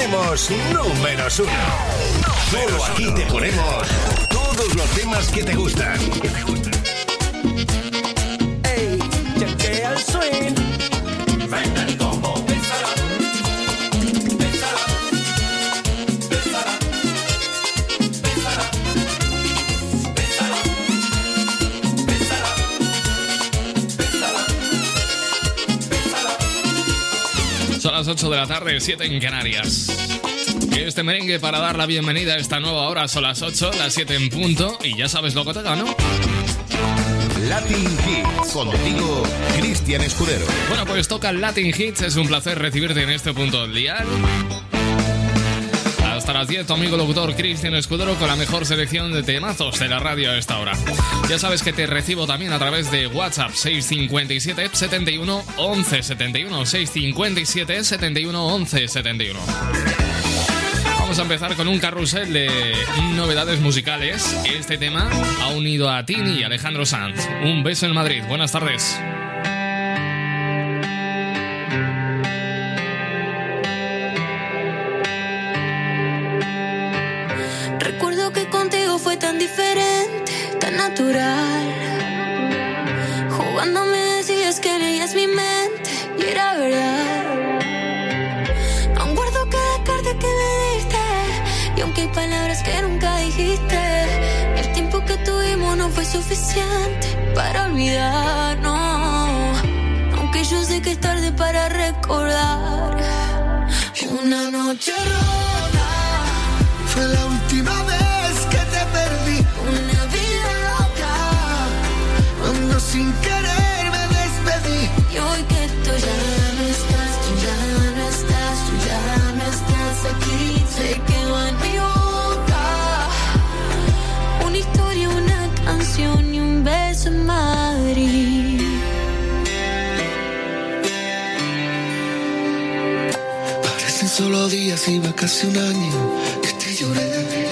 ponemos números 1. Solo aquí te ponemos todos los temas que te gustan. Ey, chequea el swing. Venga el combo, pensará. Pensará. Pensará. Pensará. Pensará. Pensará. Pensará. Pensará. Son las 8 de la tarde, 7 en Canarias. Este merengue para dar la bienvenida a esta nueva hora son las 8, las 7 en punto. Y ya sabes lo que te gano. Latin Hits, contigo, Cristian Escudero. Bueno, pues toca Latin Hits. Es un placer recibirte en este punto del día. Hasta las 10, tu amigo locutor Cristian Escudero con la mejor selección de temazos de la radio a esta hora. Ya sabes que te recibo también a través de WhatsApp 657 71 11 71 657 71 11 71. Vamos a empezar con un carrusel de novedades musicales. Este tema ha unido a Tini y Alejandro Sanz. Un beso en Madrid. Buenas tardes. Recuerdo que contigo fue tan diferente, tan natural. Jugando me decías que leías mi mente y era verdad. Aún guardo cada carta que me diste, y aunque hay palabras que nunca dijiste, el tiempo que tuvimos no fue suficiente para olvidarnos. Aunque yo sé que es tarde para recordar. Una noche rota fue la última vez que te perdí. Una vida loca, cuando sin querer me despedí. y hoy que tú ya no estás, tú ya no estás, tú ya no estás aquí. Se quedó en mi boca una historia, una canción y un beso en Madrid. Parecen solo días y va casi un año que te lloré.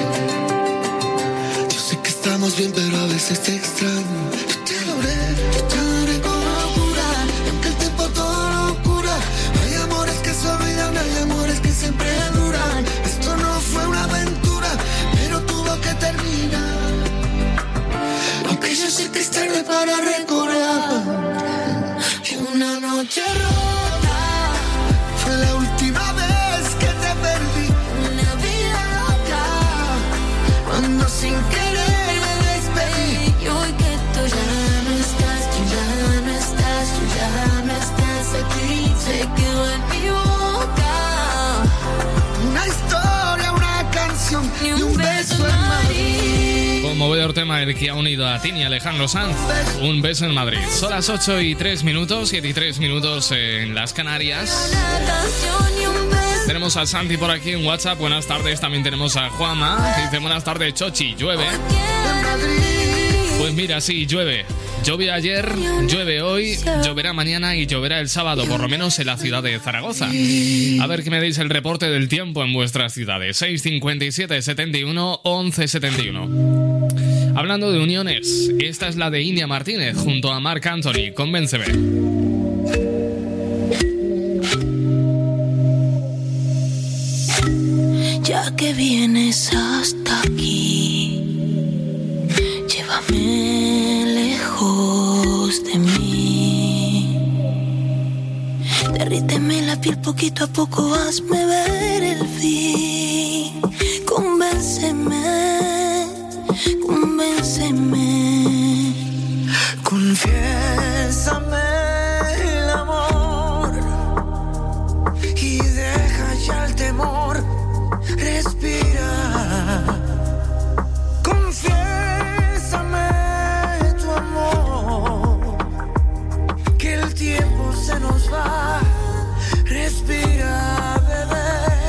Yo sé que estamos bien, pero a veces te extraño. Yo te adoré con locura. Y aunque el tiempo todo lo cura, hay amores que se olvidan, hay amores que siempre duran. Esto no fue una aventura, pero tuvo que terminar. Aunque yo sé que es tarde para recordar. Una noche rota fue la última vez que te perdí. Una vida loca, Cuando sin querer me despedí. y hoy que tú ya no estás, tú ya no estás, tú ya no estás aquí. Se quedó en mi boca Una historia, una canción y un beso en Madrid. Conmovedor tema el que ha unido a Tini y Alejandro Sanz. Un beso en Madrid. Son las 8 y 3 minutos, 7 y 3 minutos en las Canarias. Una canción y un beso. Tenemos a Santi por aquí en WhatsApp. Buenas tardes. También tenemos a Juanma, que dice buenas tardes, Chochi. ¿Llueve? en Madrid. Pues mira, sí, llueve. Llovió ayer, llueve hoy, lloverá mañana y lloverá el sábado, por lo menos en la ciudad de Zaragoza. A ver qué me deis el reporte del tiempo en vuestras ciudades. 657 71 11 71. Hablando de uniones, esta es la de India Martínez junto a Marc Anthony. Convénceme. Ya que vienes hasta aquí, llévame lejos de mí. Derríteme la piel poquito a poco, hazme ver el fin. Convénceme, convénceme. Confiésame el amor y deja ya el temor. Respira. Confiésame tu amor, que el tiempo se nos va. Respira, bebé.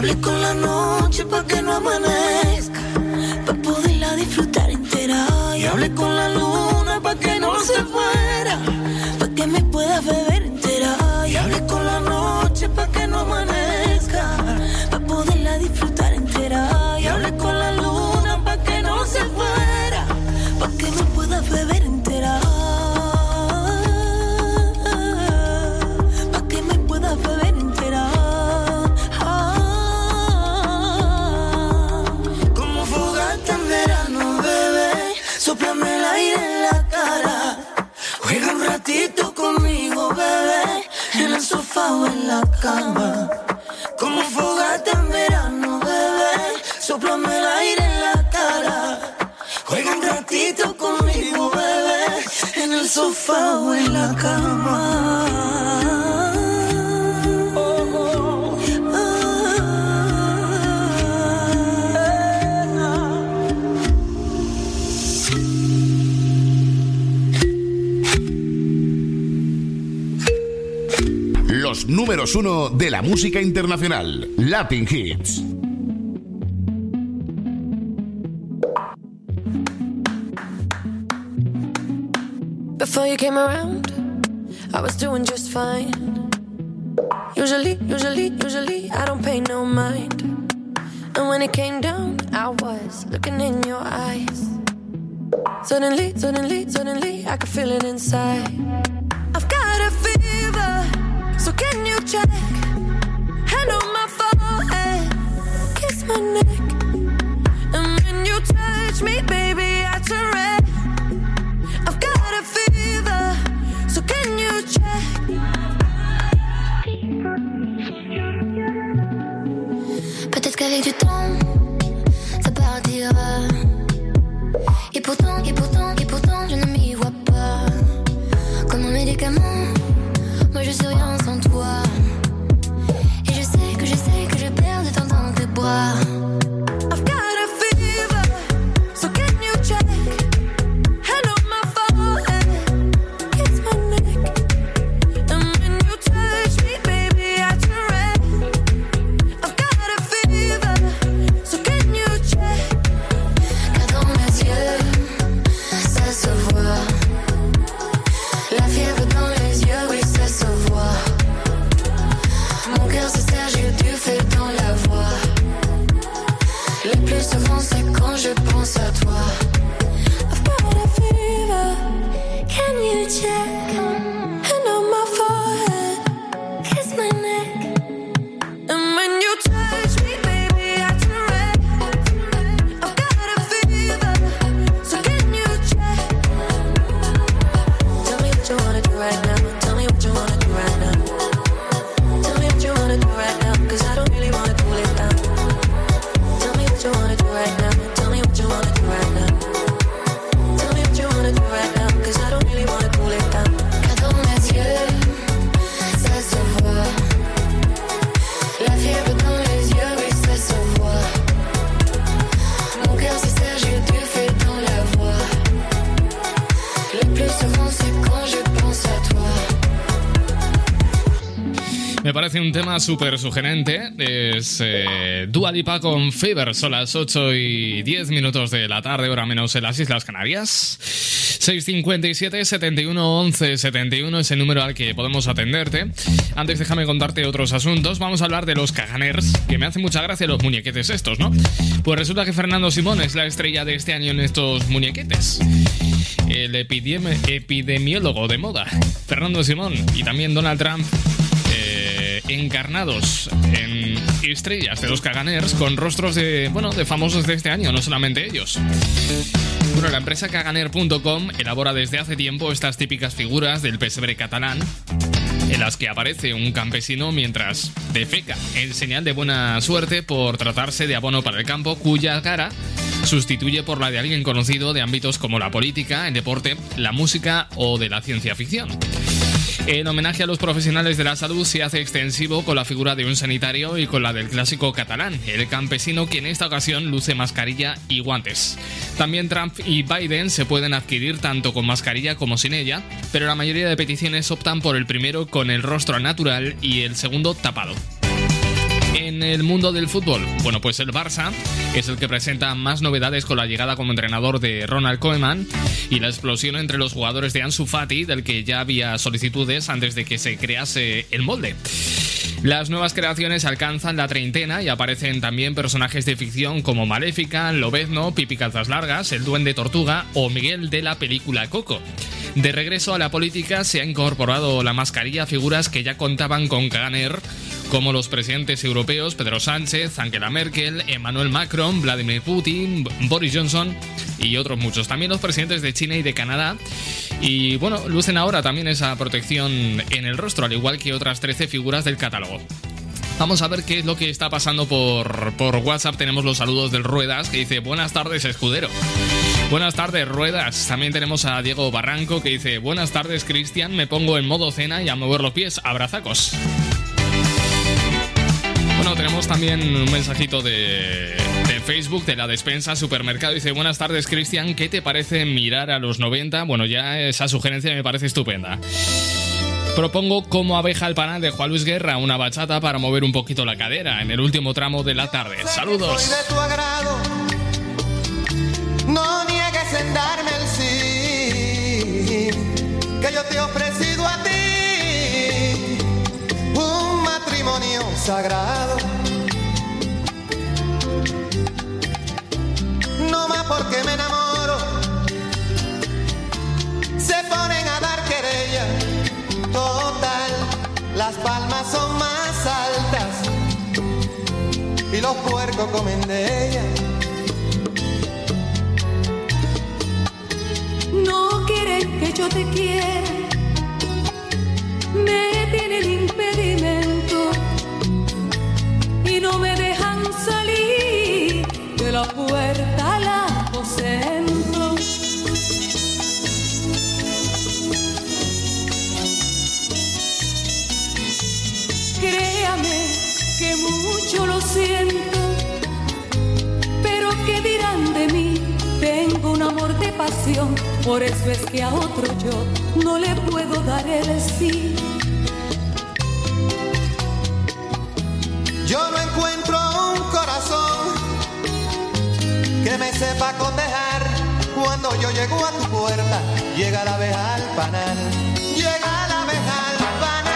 hablé con la noche pa' que no amanezca, pa' poderla disfrutar entera. Y hablé con la luna pa' que no se fuera, pa' que me puedas beber entera. Y hablé con la noche pa' que no amanezca, pa' poderla disfrutar entera. Y hablé con la luna pa' que no se fuera, pa' que me puedas beber entera. Pa' que me puedas beber entera. Como fogata en verano, bebé, sóplame el aire en la cara. Juega un ratito conmigo, bebé, en el sofá o en la cama. Como fogata en verano, bebé, sóplame el aire en la cara. Juega un ratito conmigo, bebé, en el sofá o en la cama. Los números 1 de la música internacional, Latin Hits. Before you came around, I was doing just fine. Usually, I don't pay no mind. And when it came down, I was looking in your eyes. Suddenly, I could feel it inside. I've got a fever, so can you check? Hand on my forehead, kiss my neck. And when you touch me, baby, I turn red. I've got a fever, so can you check? Peut-être qu'avec du temps, ça partira. Et pourtant, je ne m'y vois pas. Comme un médicament, moi je suis rien sans toi. Et je sais que je perds de temps dans tes bras. I've got a fever, so can you check? Hand on my forehead, kiss my neck. And when you touch me, baby, I turn red. I've got a fever, so can you check? Car dans mes yeux, ça se voit. La fièvre dans les yeux, oui, ça se voit. Mon cœur se serre, j'ai du feu dans la voix. Le plus souvent, c'est quand je pense à toi. I've got a fever, can you check? Hand on my forehead, kiss my neck. And when you touch me, baby, I turn red. I've got a fever, so can you check? Tell me what you wanna do right now. Tell me what you wanna do right now. Tell me what you wanna do right now, 'cause I don't really wanna cool it down. Tell me what you wanna do right now. Tell me what you wanna do right now. Tell me what you wanna do right now, 'cause I don't really wanna cool it down. Car dans mes yeux, ça se voit. La fièvre dans les yeux, oui, ça se voit. Mon cœur se serre, j'ai du feu dans la voix. Le plus souvent, c'est quand je pense à toi. Me parece un tema súper sugerente. Es Dua Lipa con Fever. Son las 8:10 de la tarde, hora menos en las Islas Canarias. 657 71 11 71 es el número al que podemos atenderte. Antes déjame contarte otros asuntos. Vamos a hablar de los Kaganers, que me hace mucha gracia los muñequetes estos, ¿no? Pues resulta que Fernando Simón es la estrella de este año en estos muñequetes. El epidemiólogo de moda, Fernando Simón, y también Donald Trump, encarnados en estrellas de los Kaganers con rostros de famosos de este año, no solamente ellos. Bueno, la empresa Kaganer.com elabora desde hace tiempo estas típicas figuras del pesebre catalán, en las que aparece un campesino mientras defeca, en señal de buena suerte por tratarse de abono para el campo, cuya cara sustituye por la de alguien conocido de ámbitos como la política, el deporte, la música o de la ciencia ficción. En homenaje a los profesionales de la salud se hace extensivo con la figura de un sanitario y con la del clásico catalán, el campesino, que en esta ocasión luce mascarilla y guantes. También Trump y Biden se pueden adquirir tanto con mascarilla como sin ella, pero la mayoría de peticiones optan por el primero con el rostro natural y el segundo tapado. En el mundo del fútbol, bueno, pues el Barça es el que presenta más novedades con la llegada como entrenador de Ronald Koeman y la explosión entre los jugadores de Ansu Fati, del que ya había solicitudes antes de que se crease el molde. Las nuevas creaciones alcanzan la treintena y aparecen también personajes de ficción como Maléfica, Lobezno, Pipi Calzas Largas, el Duende Tortuga o Miguel de la película Coco. De regreso a la política se ha incorporado la mascarilla a figuras que ya contaban con Caner, como los presidentes europeos Pedro Sánchez, Angela Merkel, Emmanuel Macron, Vladimir Putin, Boris Johnson y otros muchos. También los presidentes de China y de Canadá. Y bueno, lucen ahora también esa protección en el rostro, al igual que otras 13 figuras del catálogo. Vamos a ver qué es lo que está pasando por WhatsApp. Tenemos los saludos del Ruedas, que dice: buenas tardes, escudero. Buenas tardes, Ruedas. También tenemos a Diego Barranco, que dice: buenas tardes, Cristian. Me pongo en modo cena y a mover los pies. Abrazacos. Bueno, tenemos también un mensajito de Facebook, de la despensa Supermercado. Dice: buenas tardes, Cristian. ¿Qué te parece mirar a los 90? Bueno, ya esa sugerencia me parece estupenda. Propongo Como abeja al panal de Juan Luis Guerra, una bachata para mover un poquito la cadera en el último tramo de la tarde. ¡Saludos! Soy de tu agrado, no niegues en darme el sí, que yo te he ofrecido a ti un matrimonio sagrado. No más porque me enamoro, se ponen a dar querella. Total, las palmas son más altas y los puercos comen de ella. No quieren que yo te quiera, me tienen impedimento y no me dejan salir de la puerta al aposento. Créame que mucho lo siento, pero ¿qué dirán de mí? Tengo un amor de pasión, por eso es que a otro yo no le puedo dar el sí. Yo no encuentro un corazón que me sepa cotejar. Cuando yo llego a tu puerta, llega la abeja al panal, llega la abeja al panal.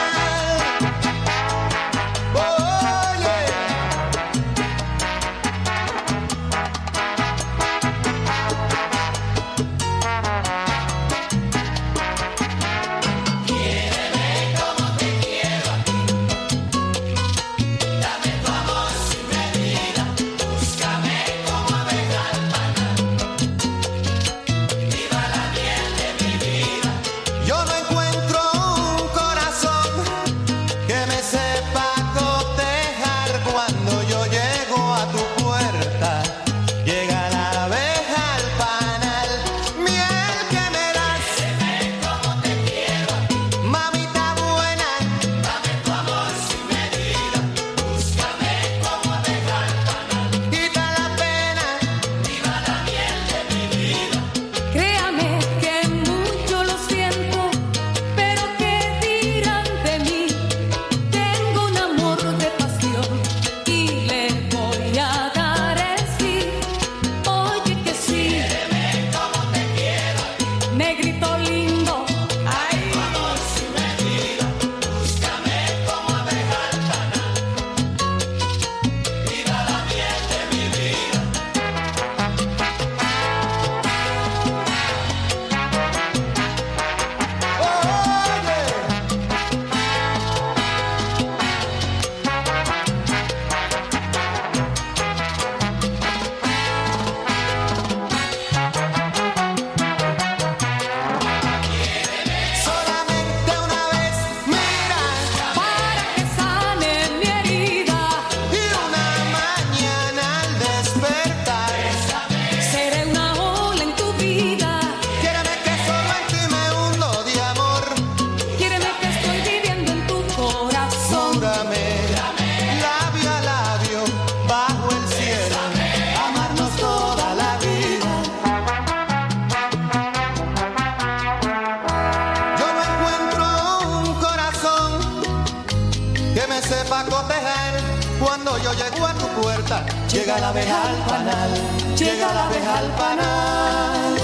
Cuando yo llego a tu puerta, llega la abeja al panal, llega la abeja al panal.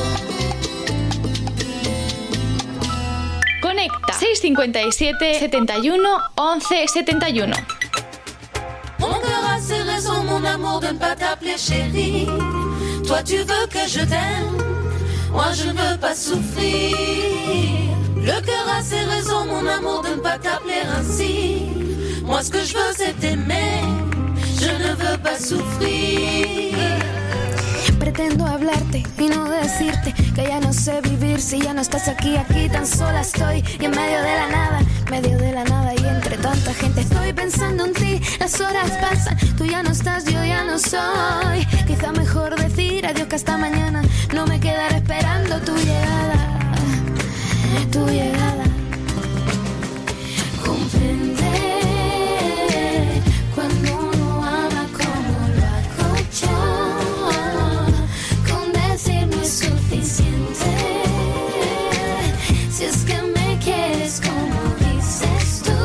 Conecta 657 71 11 71. Mon cœur a ses raisons, mon amour, de ne pas t'appeler chérie. Toi tu veux que je t'aime, moi je ne veux pas souffrir. Le cœur a ses raisons, mon amour, de ne pas t'appeler ainsi. Moi ce que je veux c'est t'aimer, je ne veux pas souffrir. Pretendo hablarte y no decirte que ya no sé vivir si ya no estás aquí, aquí tan sola estoy y en medio de la nada y entre tanta gente estoy pensando en ti, las horas pasan, tú ya no estás, yo ya no soy, quizá mejor decir adiós que hasta mañana, no me quedaré esperando tu llegada, comprende cuando uno ama como lo hago yo. Suficiente. Si es que me quieres como dices tú,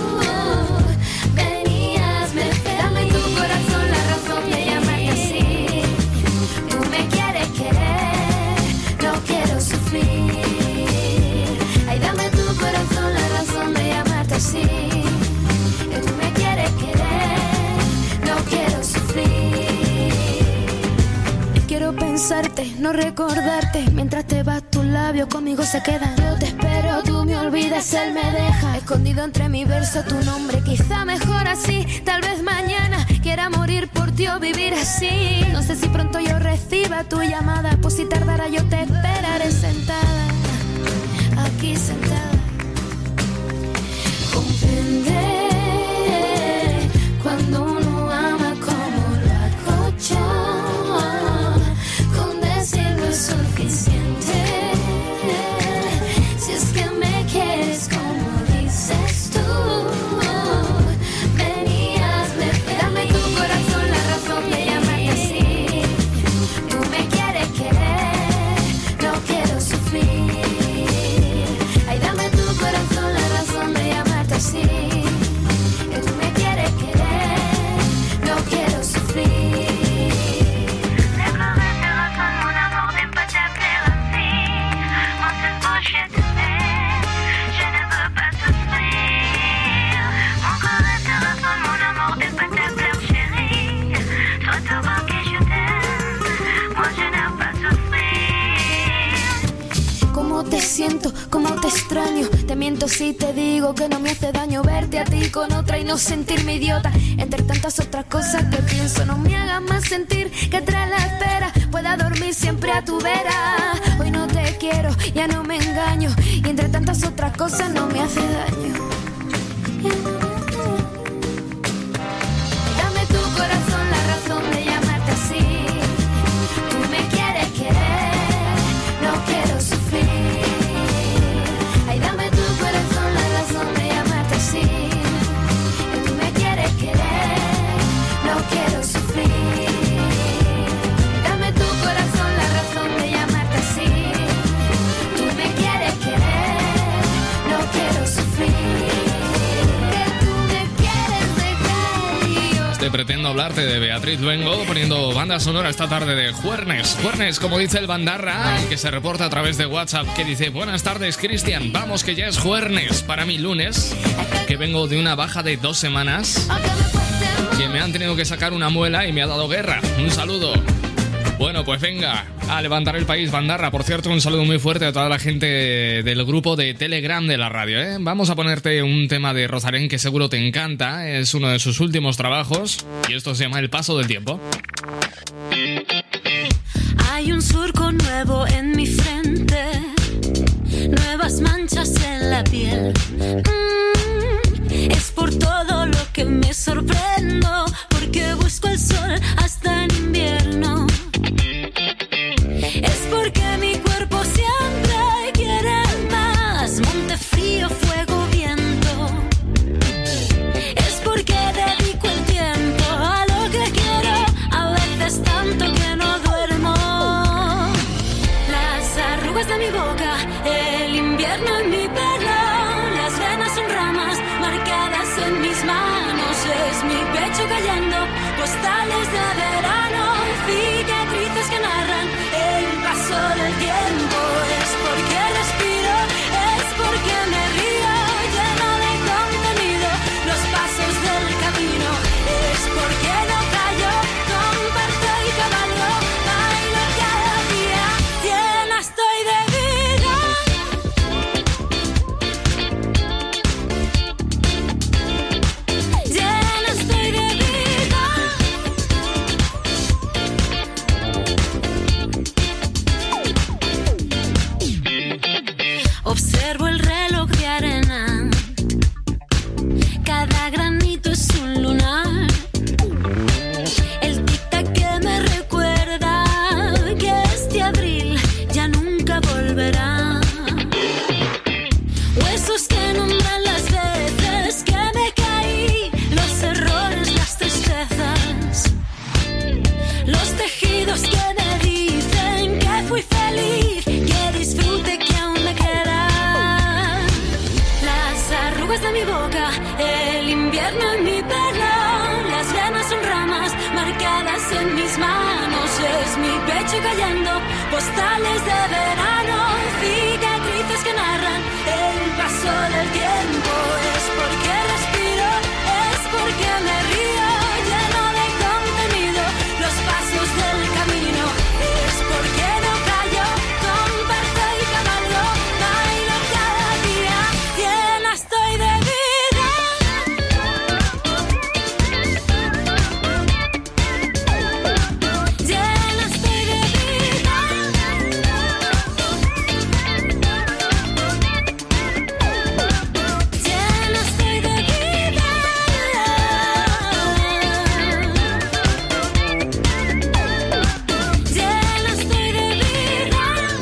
venías, me dame tu corazón, la razón de llamarte así. Tú me quieres querer, no quiero sufrir. Ay, dame tu corazón, la razón de llamarte así. Tú me quieres querer, no quiero sufrir. Quiero pensarte, no recordarte. Mientras te vas tus labios conmigo se quedan. Yo te espero, tú me olvidas, él me deja. Escondido entre mi verso tu nombre. Quizá mejor así, tal vez mañana quiera morir por ti o vivir así. No sé si pronto yo reciba tu llamada. Pues si tardara yo te esperaré sentada, aquí sentada. Comprende cuando uno ama como lo hago yo. Suficiente. Si es que me quieres como dices tú, venías, dame tu corazón, la razón de llamarte así. Tú me quieres querer, no quiero sufrir. Ay, dame tu corazón, la razón de llamarte así. Tú me quieres querer, no quiero sufrir. ¿Cómo te siento? ¿Cómo te extraño? Te miento si te digo que no me hace daño verte a ti con otra y no sentirme idiota. Entre tantas otras cosas que pienso, no me hagas más sentir que tras la espera pueda dormir siempre a tu vera. Hoy no te quiero, ya no me engaño, y entre tantas otras cosas no me hace daño. Dame tu corazón, la razón de llamarte así. Tú me quieres querer, no quiero sufrir. Ay, dame tu corazón, la razón de llamarte así. Tú me quieres querer, no quiero sufrir. Dame tu corazón, la razón de llamarte así. Tú me quieres querer, no quiero sufrir. Pretendo hablarte de Beatriz Luengo, poniendo banda sonora esta tarde de Juernes. Juernes, como dice el Bandarra, que se reporta a través de WhatsApp, que dice: buenas tardes, Cristian, vamos que ya es Juernes. Para mí lunes, que vengo de una baja de 2 semanas, que me han tenido que sacar una muela y me ha dado guerra. Un saludo. Bueno, pues venga, a levantar el país, Bandarra. Por cierto, un saludo muy fuerte a toda la gente del grupo de Telegram de la radio, ¿eh? Vamos a ponerte un tema de Rosalén que seguro te encanta. Es uno de sus últimos trabajos y esto se llama El paso del tiempo. Hay un surco nuevo en mi frente, nuevas manchas en la piel. Es por todo lo que me sorprendo, porque busco el sol hasta en invierno. Es porque mi cuerpo siempre quiere más, monte frío, fuego, viento. Es porque dedico el tiempo a lo que quiero, a veces tanto que no duermo. Las arrugas de mi boca, el invierno en mi pelo, las venas son ramas marcadas en mis manos. Es mi pecho callado después de mi boca, el invierno en mi pelo, las venas son ramas marcadas en mis manos, es mi pecho callando, postales de verano, cicatrices que narran el paso del tiempo, es porque respiro, es porque me río, lleno de contenido, los pasos del camino, es porque no callo, comparto y cabalgo, bailo cada día, llena estoy de vida. Llena estoy de vida. Llena estoy de vida. Llena estoy de vida.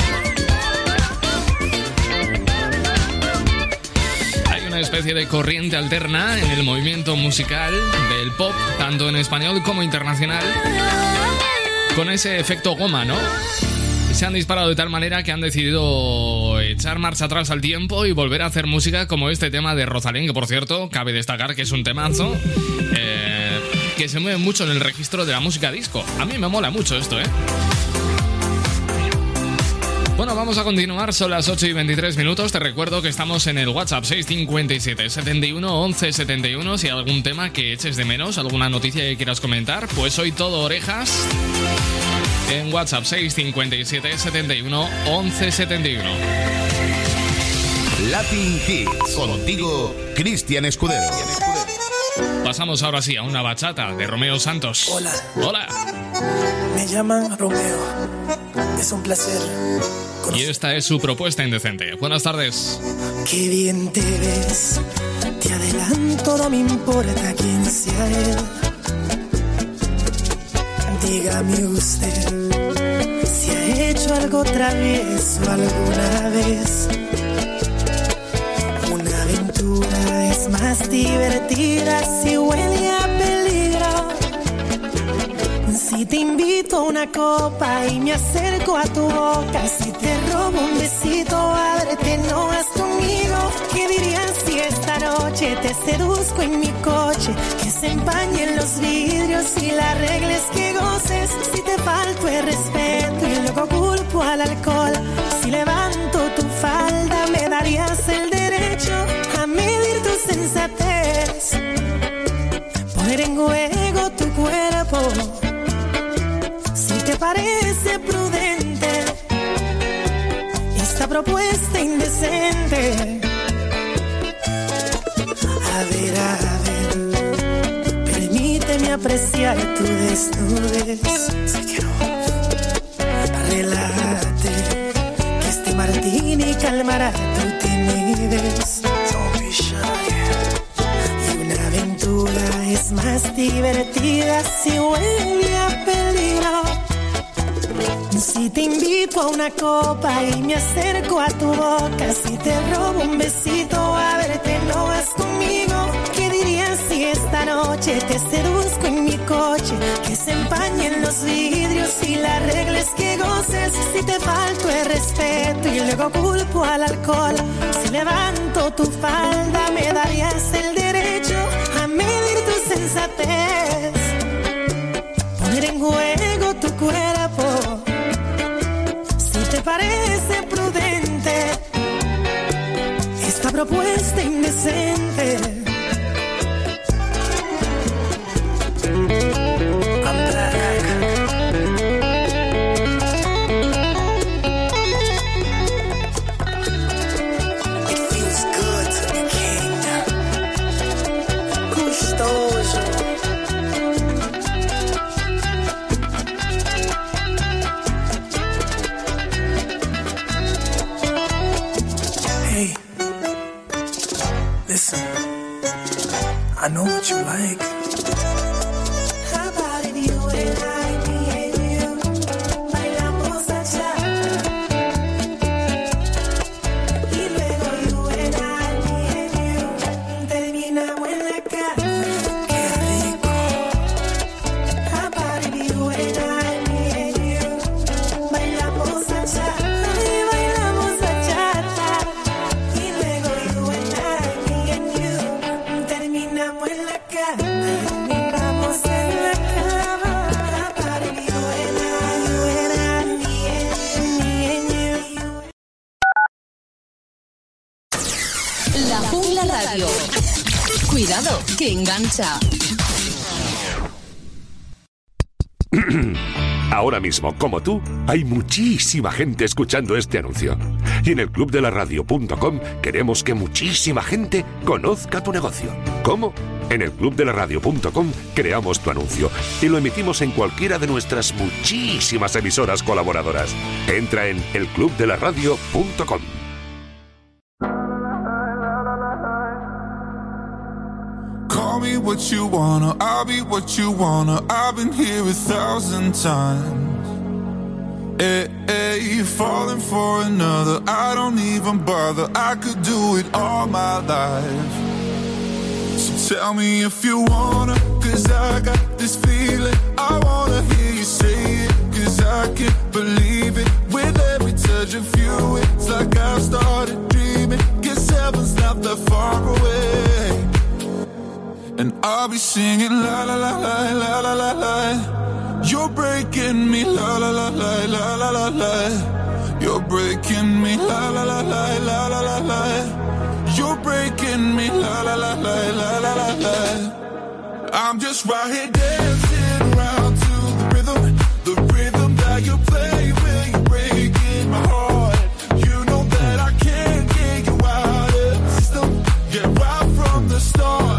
Hay una especie de corriente alterna en el movimiento musical del pop, tanto en español como internacional, con ese efecto goma, ¿no? Se han disparado de tal manera que han decidido echar marcha atrás al tiempo y volver a hacer música como este tema de Rosalén, que por cierto, cabe destacar que es un temazo que se mueve mucho en el registro de la música disco. A mí me mola mucho esto, ¿eh? Bueno, vamos a continuar, son las 8 y 23 minutos. Te recuerdo que estamos en el WhatsApp 657 71 11 71. Si hay algún tema que eches de menos, alguna noticia que quieras comentar, pues soy todo orejas. En WhatsApp 657 71 11 71. Latin Hits. Contigo, Cristian Escudero. Pasamos ahora sí a una bachata de Romeo Santos. Hola. Hola. Me llaman Romeo. Es un placer. Y esta es su propuesta indecente. Buenas tardes. Qué bien te ves. Te adelanto, no me importa quién sea él. Dígame usted si ha hecho algo travieso alguna vez. Una aventura es más divertida si huele a peligro. Si te invito a una copa y me acerco a tu boca, si te robo un besito, ábrete, no vas conmigo. ¿Qué dirías si esta noche te seduzco en mi coche? Que se empañen los vidrios y las reglas que goces. Si te falto el respeto y luego culpo al alcohol, si levanto tu falda me darías el derecho a medir tu sensatez, poner en juego tu cuerpo. Si te parece prudente esta propuesta indecente, a ver, permíteme apreciar tu desnudez. Si quiero, relájate, que este martini calmará tu timidez. Don't be shy. Y una aventura es más divertida si huele a peligro. Si te invito a una copa y me acerco a tu boca, si te robo un besito, a verte, no vas conmigo. ¿Qué dirías si esta noche te seduzco en mi coche? Que se empañen los vidrios y las reglas que goces. Si te falto el respeto y luego culpo al alcohol, si levanto tu falda me darías el derecho a medir tu sensatez, poner en juego tu cuerpo. ¿Te parece prudente esta propuesta indecente? It feels good to be king. Gustoso. Listen, I know what you like. How about if you and I, me and you, bailamos bachata? Y luego you and I, me and you, terminamos en la cama. Qué rico. How about if you and I, me and you, bailamos bachata? Y bailamos bachata. Y luego you and I, me and you, la radio. Cuidado, que engancha. Ahora mismo, como tú, hay muchísima gente escuchando este anuncio. Y en el clubdelaradio.com queremos que muchísima gente conozca tu negocio. ¿Cómo? En el clubdelaradio.com creamos tu anuncio y lo emitimos en cualquiera de nuestras muchísimas emisoras colaboradoras. Entra en elclubdelaradio.com. Call me what you wanna, I'll be what you wanna. I've been here 1,000 times. Hey, falling for another, I don't even bother. I could do it all my life. So tell me if you wanna, cause I got this feeling. I wanna hear you say it, cause I can't believe it. With every touch of you, it's like I've started dreaming. Guess heaven's not that far away. And I'll be singing la la la la la la la la. You're breaking me la la la la la la la la. You're breaking me la la la la la la la la. You're breaking me la la la la la la la la. I'm just right here dancing around to the rhythm that you play when you're breaking my heart. You know that I can't get you out of the system. Yeah, right from the start.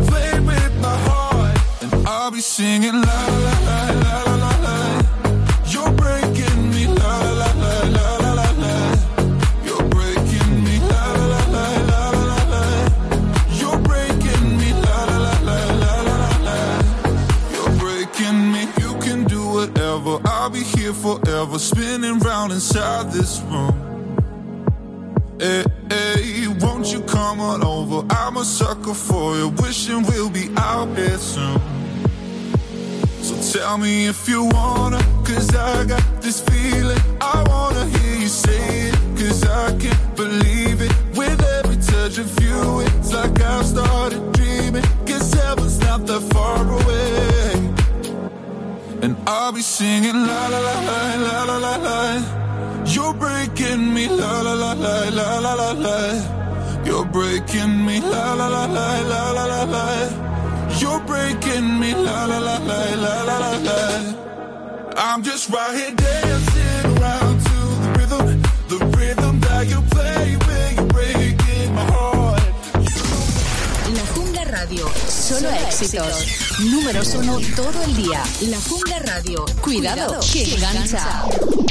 I'll be singing la la la la la la la. You're breaking me la la la la la la la. You're breaking me la la la la la la la. You're breaking me la la la la la la la. You're breaking me. You can do whatever. I'll be here forever, spinning round inside this room. Hey, hey, won't you come on over? I'm a sucker for you, wishing we'll be out there soon. So tell me if you wanna, cause I got this feeling. I wanna hear you say it, cause I can't believe it. With every touch of you, it's like I've started dreaming. Guess heaven's not that far away. And I'll be singing la la la la la la la la. You're breaking me la la la la la la la la. You're breaking me la la la la la la la la. You're breaking me la la la la la la la la. I'm just right here dancing around to the rhythm that you play when you're breaking my heart. La Jungla Radio, solo éxitos. Números 1 todo el día. La Jungla Radio, cuidado, que engancha.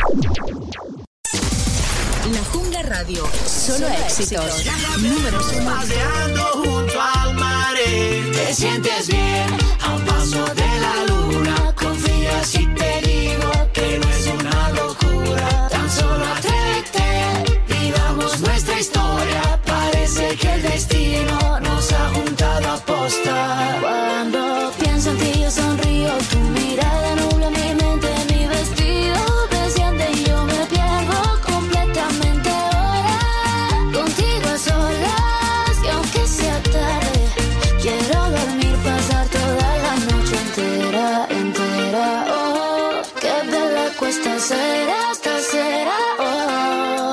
La Jungla Radio, solo éxitos. Números 1. Paseando junto al mar, te sientes bien a un paso de la luna. Confía si te digo que no es una locura. Tan solo atrévete, vivamos nuestra historia. Parece que el destino nos ha juntado a posta. Cuando pienso en ti yo sonrío, tu mirada nubla mi mente, mi vestido desciende y yo me pierdo completamente ahora. Contigo a solas y aunque sea tarde, quiero dormir, pasar toda la noche entera, entera. Oh, qué bella cuesta será, esta será. Oh.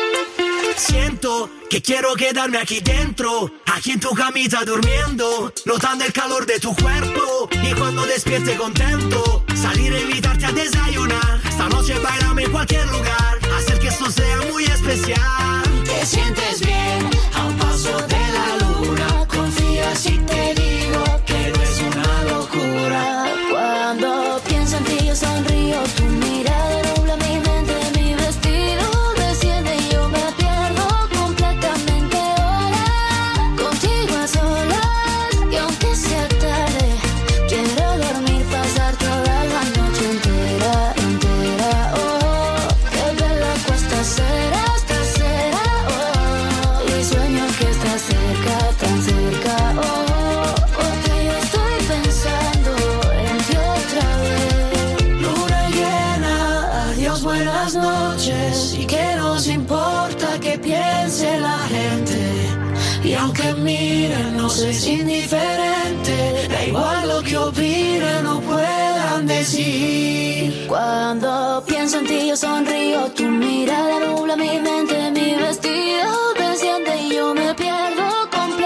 Siento que quiero quedarme aquí dentro, aquí en tu camita durmiendo, notando el calor de tu cuerpo. Y cuando despierte contento, salir a invitarte a desayunar. Esta noche bailame en cualquier lugar, hacer que esto sea muy especial. Te sientes bien a un paso de la luna. Confía si te digo que no es una locura. Cuando pienso en ti yo sonrío, tu mirada nubla mi mente, mi vestido desciende y yo me pierdo completamente ahora. Contigo a solas y aunque sea tarde, quiero dormir, pasar toda la noche entera, entera. Oh, qué bella cuesta será, esta será. Oh, y sueño que estás cerca, tan cerca. Oh, porque yo estoy pensando en ti otra vez. Luna llena, adiós, buenas noches. Y que nos importa que piense la gente. Y aunque miren, nos es indiferente. Da igual lo que opinen o puedan decir. Cuando pienso en ti yo sonrío, tu mirada nubla mi mente, mi vestido desciende y yo me pierdo completamente.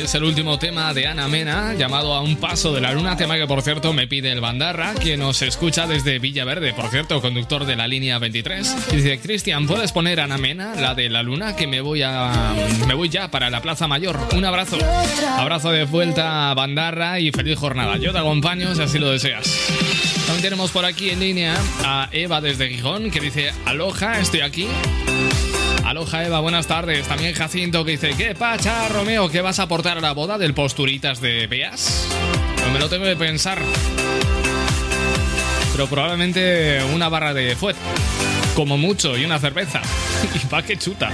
Es el último tema de Ana Mena, llamado A un paso de la luna, tema que por cierto me pide el Bandarra, que nos escucha desde Villaverde, por cierto, conductor de la línea 23. Y dice: Cristian, ¿puedes poner Ana Mena, la de la luna, que me voy ya para la Plaza Mayor? Un abrazo. Abrazo de vuelta, Bandarra, y feliz jornada. Yo te acompaño si así lo deseas. También tenemos por aquí en línea a Eva desde Gijón, que dice: aloja, estoy aquí. Aloha Eva, buenas tardes. También Jacinto, que dice: ¿qué pacha, Romeo? ¿Qué vas a aportar a la boda del Posturitas de Beas? No me lo tengo que pensar. Pero probablemente una barra de fuet, como mucho, y una cerveza. Y pa' que chuta.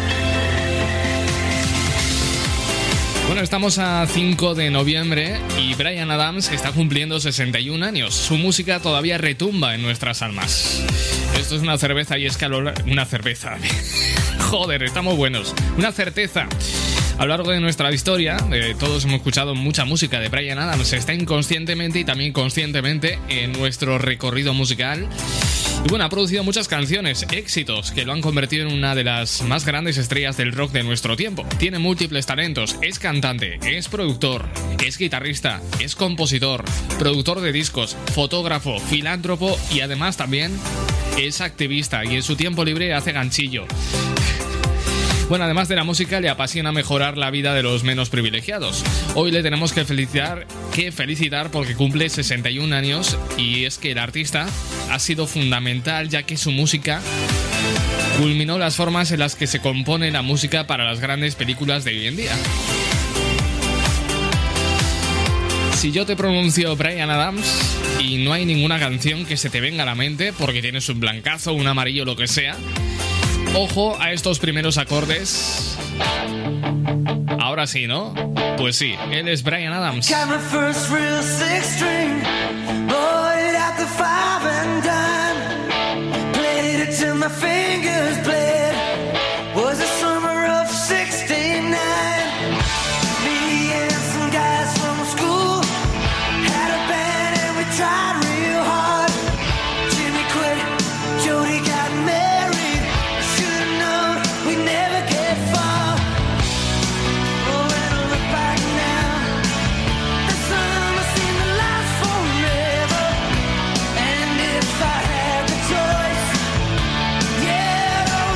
Bueno, estamos a 5 de noviembre y Bryan Adams está cumpliendo 61 años. Su música todavía retumba en nuestras almas. Esto es una cerveza y es calor... Una cerveza... Joder, estamos buenos. Una certeza. A lo largo de nuestra historia, todos hemos escuchado mucha música de Bryan Adams. Está inconscientemente y también conscientemente en nuestro recorrido musical. Y bueno, ha producido muchas canciones, éxitos, que lo han convertido en una de las más grandes estrellas del rock de nuestro tiempo. Tiene múltiples talentos, es cantante, es productor, es guitarrista, es compositor, productor de discos, fotógrafo, filántropo y además también es activista y en su tiempo libre hace ganchillo. Bueno, además de la música, le apasiona mejorar la vida de los menos privilegiados. Hoy le tenemos que felicitar porque cumple 61 años y es que el artista ha sido fundamental ya que su música culminó las formas en las que se compone la música para las grandes películas de hoy en día. Si yo te pronuncio Bryan Adams y no hay ninguna canción que se te venga a la mente porque tienes un blancazo, un amarillo, lo que sea, ojo a estos primeros acordes. Ahora sí, ¿no? Pues sí, él es Bryan Adams. Got my first real six string, bought it at the 5 and dime. Played it till my fingers bled. Was the summer of '69. Me and some guys from school had a band and we tried real hard. Jimmy quit, Jody got married. Should've known we'd never get far. Oh, when I look back now, the summer seemed to last forever. And if I had the choice, yeah, I'd always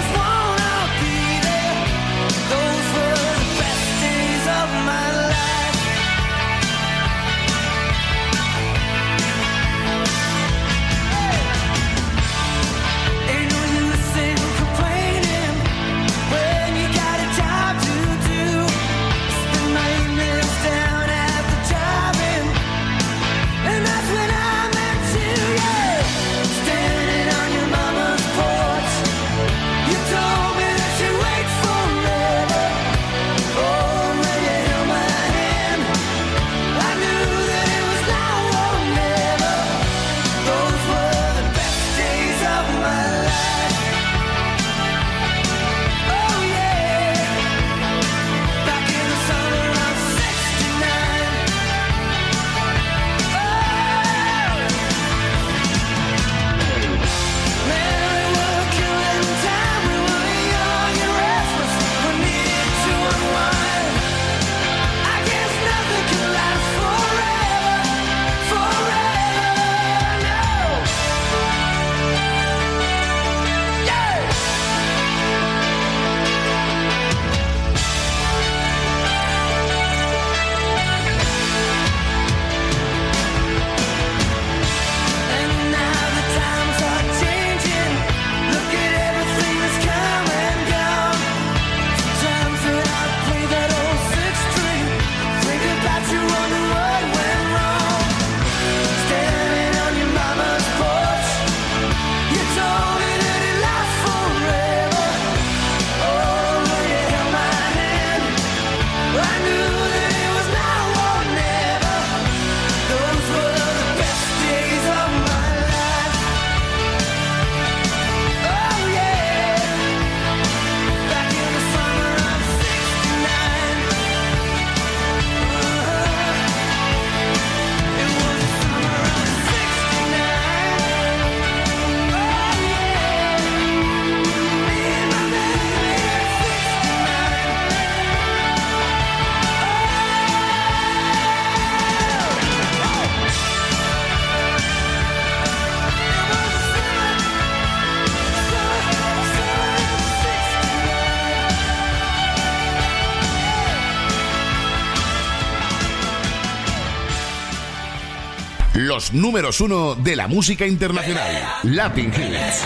los números 1 de la música internacional. Latin Hits.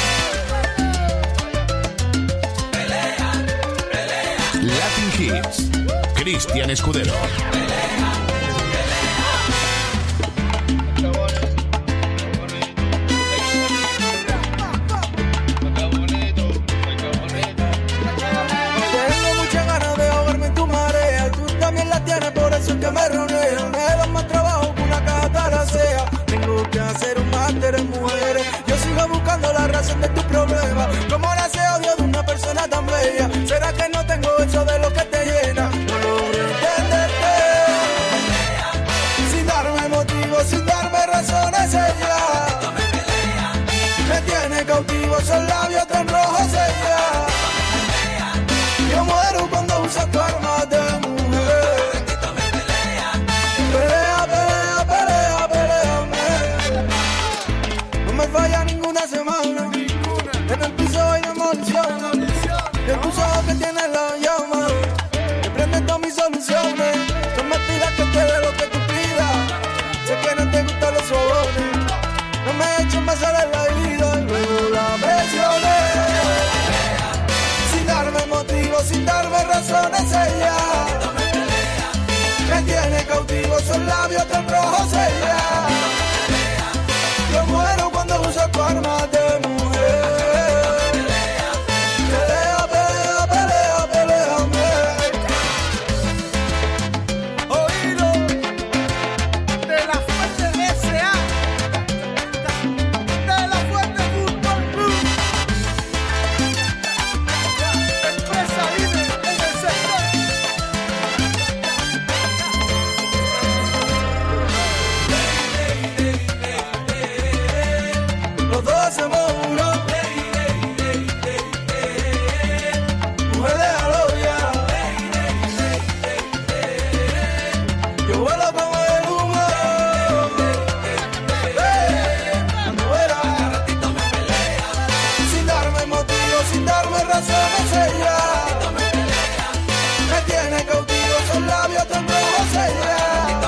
Latin Hits. Cristian Escudero. Tengo muchas ganas de ahogarme en tu marea. Tú también la tienes, por eso es que me rodea. Me da más trabajo que una cataracea. Tengo que hacer un máster en mujeres. Yo sigo buscando la razón de tu problema. ¿Cómo nace odio de una persona tan bella? ¿Será que no tengo eso de lo que te llena? No logro entenderte. Sin darme motivos, sin darme razones, ella me tiene cautivo, son labios tan rojos, ella. Yo muero cuando usas tu arma de mujer. Pelea, pelea, pelea, peleame. No me falla ninguna semana. En el piso hay demolición. De tus ojos que tienes la llama, que prenden todas mis soluciones. No me pidas que te dé lo que tú pidas. Sé que no te gustan los sobones. No me eches más sal en la herida y luego la presioné. Sin darme motivos, sin darme razones, ella me tiene cautivo, son labios tan rojos, ella. Yo muero cuando uso tu arma de mujer. Pelea, pelea, pelea, peleame. Oído de la Fuente S.A. de la Fuente Fútbol Club. Empresa líder en el sector. Los dos hacemos uno. Mujer, déjalo ya. Yo vuelo como el humo. Cuando era, sin darme motivos, sin darme razones, ella me tiene cautivo, son labios tan rojos, ella.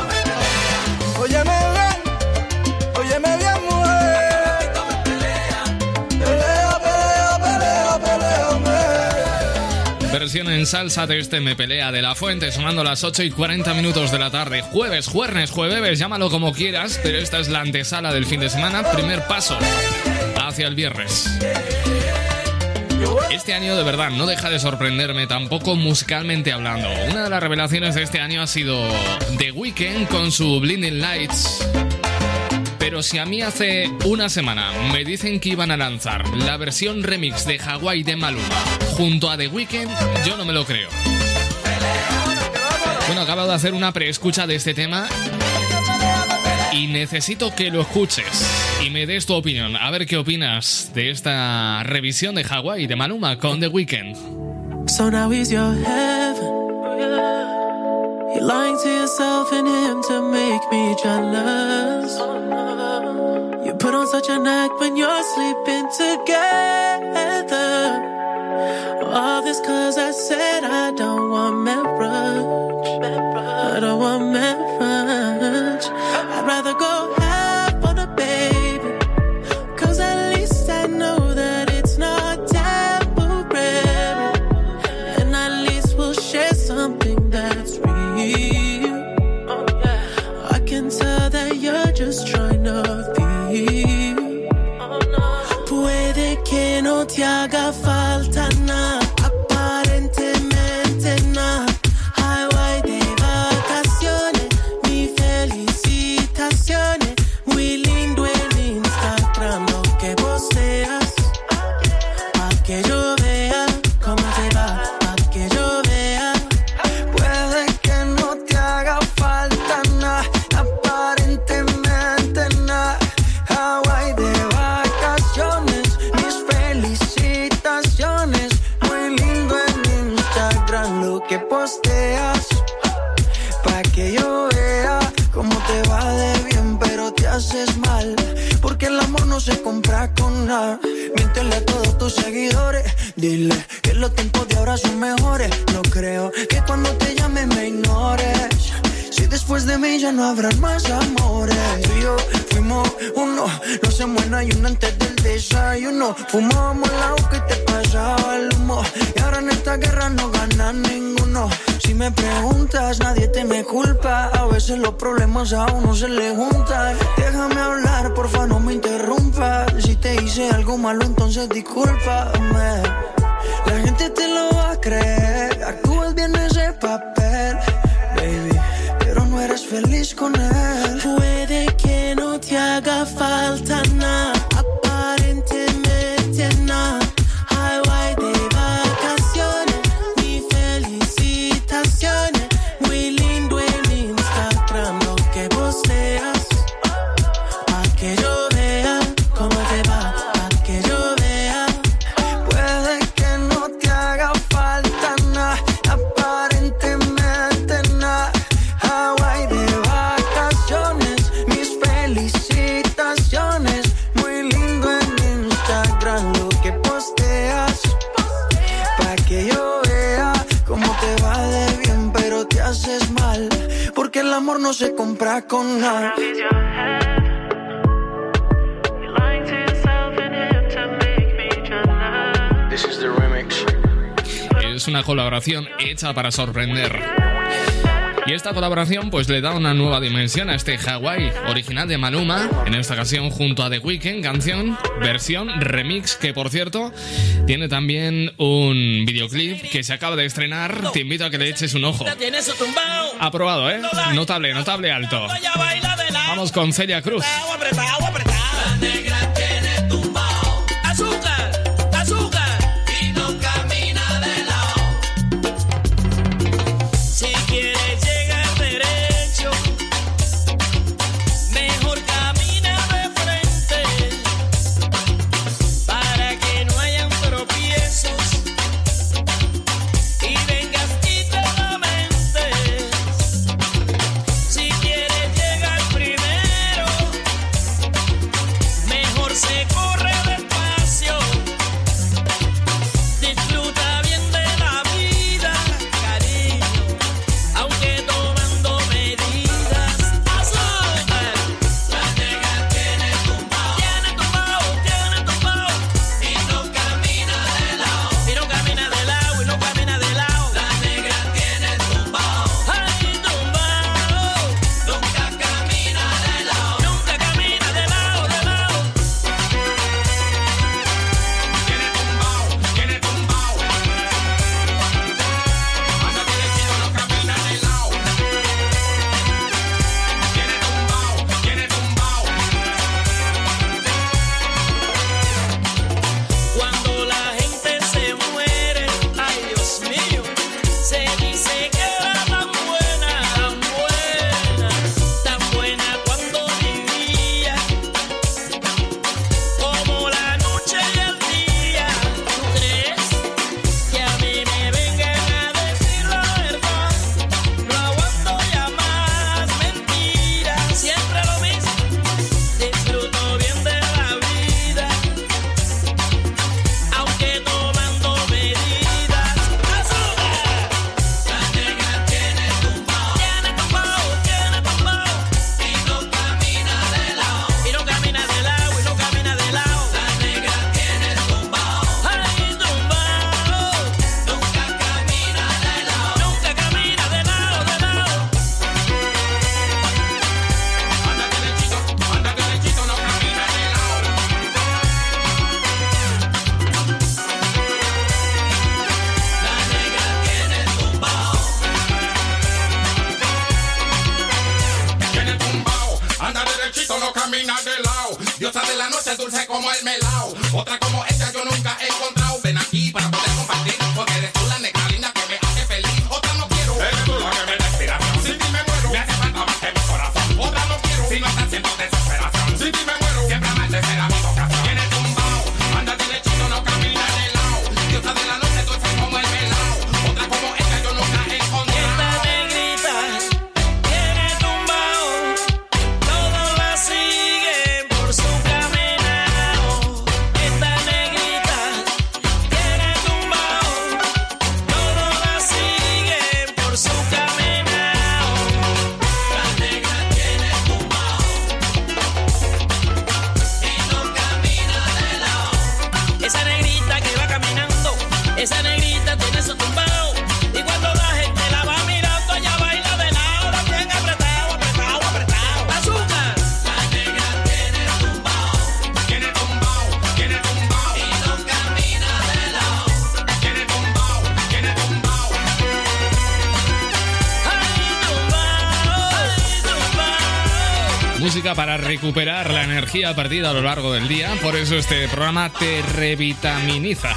Óyeme bien, mujer. Pelea, pelea, pelea, peleame. Versión en salsa de este Me Pelea de La Fuente, sonando a las 8:40 de la tarde. Jueves, jueves, llámalo como quieras, pero esta es la antesala del fin de semana, primer paso hacia el viernes. Este año de verdad no deja de sorprenderme, tampoco musicalmente hablando. Una de las revelaciones de este año ha sido The Weeknd con su Blinding Lights. Pero si a mí hace una semana me dicen que iban a lanzar la versión remix de Hawaii de Maluma junto a The Weeknd, yo no me lo creo. Bueno, acabo de hacer una preescucha de este tema y necesito que lo escuches y me des tu opinión. A ver qué opinas de esta revisión de Hawaii de Maluma con The Weeknd. So now he's your heaven. You're lying to yourself and him to make me jealous. You put on such an act when you're sleeping together. All this cause I said I don't want marriage. I don't want marriage. I'd rather go half on a baby, cause at least I know that it's not temporary. And at least we'll share something that's real. I can tell that you're just trying to feel. Puede que no te haga falta nada, aparentemente nada. Hawaii de vacaciones, mi felicitaciones. Muy lindo en Instagram lo que posteas, pa' que yo vea cómo te va, pa' que yo vea. Puede que no te haga falta nada, aparentemente nada. Hawaii de vacaciones, mis felicitaciones. Muy lindo en Instagram lo que posteas, pa' que yo vea cómo te va de bien, pero te haces mal, porque el amor no se compra con nada. Miéntele a todos tus seguidores, dile que los tiempos de ahora son mejores. No creo que cuando te llame me ignores. Si después de mí ya no habrán más amores. Tú y yo fuimos uno, no se muera y uno antes del desayuno. Fumábamos la hoja y te pasaba el humo. Y ahora en esta guerra no gana ninguno. Si me preguntas, nadie te me culpa. A veces los problemas a uno se le juntan. Déjame hablar, porfa, no me interrumpas. Si te hice algo malo, entonces discúlpame. La gente te lo va a creer. Actúas bien ese papel, baby, pero no eres feliz con él. Puede que no te haga falta nada, aparentemente nada. Highway de vacaciones, mi felicitaciones. Muy lindo en Instagram lo que posteas, pa' que yo vea cómo te va, pa' que yo vea. Puede que no te haga falta nada, aparentemente nada. Hawaii de vacaciones, mis felicitaciones. Muy lindo en Instagram lo que posteas, pa' que yo vea cómo te va de bien, pero te haces mal, porque el amor no se compra con nada. This is the remix. Es una colaboración hecha para sorprender. Y esta colaboración pues le da una nueva dimensión a este Hawaii original de Maluma, en esta ocasión junto a The Weeknd, canción, versión remix, que por cierto tiene también un videoclip que se acaba de estrenar. Te invito a que le eches un ojo. Aprobado, ¿eh? Notable, notable alto. Vamos con Celia Cruz. Esta música para recuperar la energía perdida a lo largo del día. Por eso este programa te revitaminiza.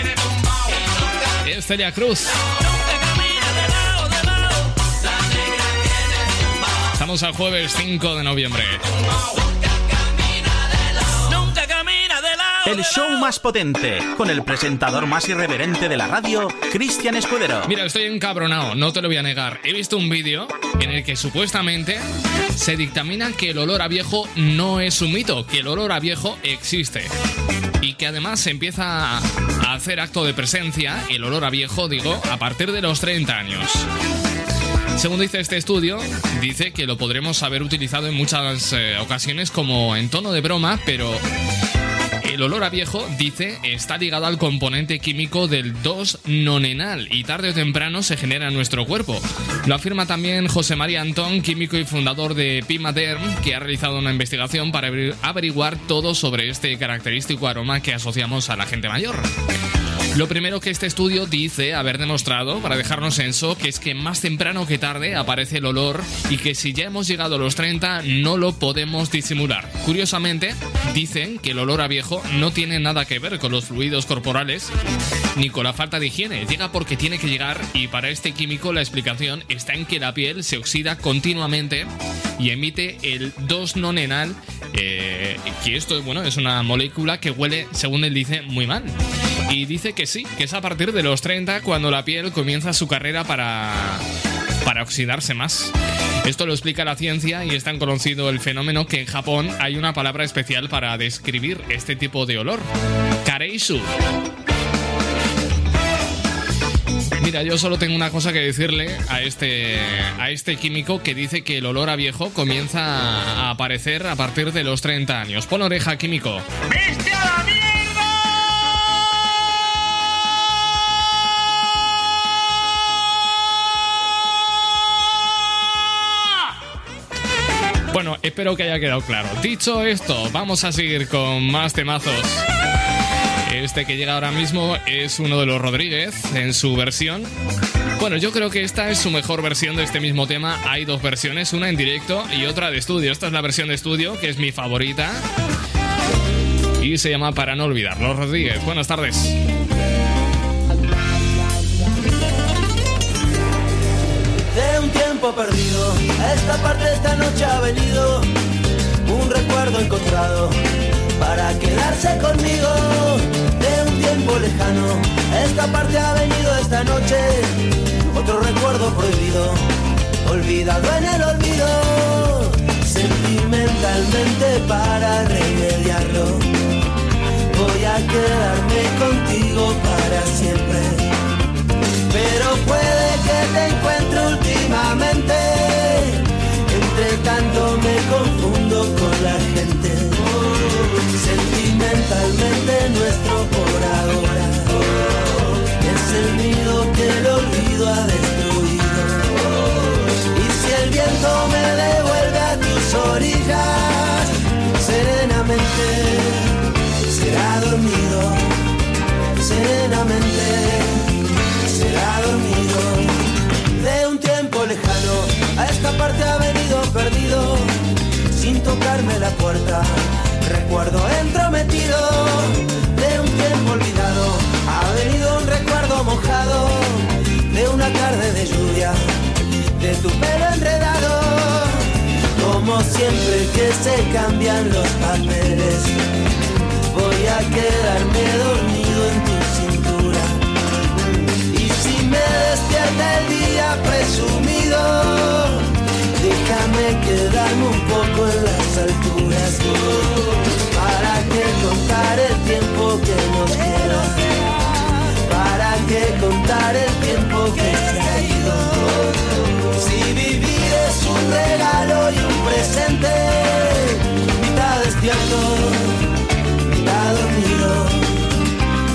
Es Celia Cruz. Estamos al jueves 5 de noviembre. El show más potente, con el presentador más irreverente de la radio, Cristian Escudero. Mira, estoy encabronado, no te lo voy a negar. He visto un vídeo en el que supuestamente se dictamina que el olor a viejo no es un mito, que el olor a viejo existe. Y que además se empieza a hacer acto de presencia, el olor a viejo, digo, a partir de los 30 años. Según dice este estudio, dice que lo podremos haber utilizado en muchas ocasiones como en tono de broma, pero el olor a viejo, dice, está ligado al componente químico del 2-nonenal y tarde o temprano se genera en nuestro cuerpo. Lo afirma también José María Antón, químico y fundador de Pimaderm, que ha realizado una investigación para averiguar todo sobre este característico aroma que asociamos a la gente mayor. Lo primero que este estudio dice haber demostrado, para dejarnos en shock, es que más temprano que tarde aparece el olor y que si ya hemos llegado a los 30 no lo podemos disimular. Curiosamente, dicen que el olor a viejo no tiene nada que ver con los fluidos corporales ni con la falta de higiene. Llega porque tiene que llegar y para este químico la explicación está en que la piel se oxida continuamente y emite el 2-nonenal, que esto, bueno, es una molécula que huele, según él dice, muy mal. Y dice que sí, que es a partir de los 30 cuando la piel comienza su carrera para oxidarse más. Esto lo explica la ciencia y es tan conocido el fenómeno que en Japón hay una palabra especial para describir este tipo de olor: kareishu. Mira, yo solo tengo una cosa que decirle a este químico que dice que el olor a viejo comienza a aparecer a partir de los 30 años. Pon oreja, químico. ¡Viste a la mierda! Bueno, espero que haya quedado claro. Dicho esto, vamos a seguir con más temazos. Este que llega ahora mismo es uno de los Rodríguez en su versión. Bueno, yo creo que esta es su mejor versión de este mismo tema. Hay dos versiones, una en directo y otra de estudio. Esta es la versión de estudio, que es mi favorita. Y se llama Para no olvidar. Los Rodríguez, buenas tardes. De un tiempo perdido, a esta parte de esta noche ha venido un recuerdo encontrado para quedarse conmigo. De un tiempo lejano, a esta parte ha venido esta noche otro recuerdo prohibido, olvidado en el olvido. Sentimentalmente para remediarlo, voy a quedarme contigo para siempre. Pero puede que te encuentre últimamente, entre tanto me confundo con la gente. Sentimentalmente nuestro por ahora es el nido que el olvido ha destruido. Y si el viento me devuelve a tus orillas, serenamente será dormido, serenamente será dormido. De un tiempo lejano, a esta parte ha venido perdido, sin tocarme la puerta, recuerdo entrometido. De un tiempo olvidado, ha venido un recuerdo mojado, de una tarde de lluvia, de tu pelo enredado. Como siempre que se cambian los papeles, voy a quedarme dormido en tu cintura. Me despierta el día presumido, déjame quedarme un poco en las alturas. ¿Para qué contar el tiempo que nos queda? ¿Para qué contar el tiempo que se ha ido? Si vivir es un regalo y un presente, mitad despierto, mitad dormido,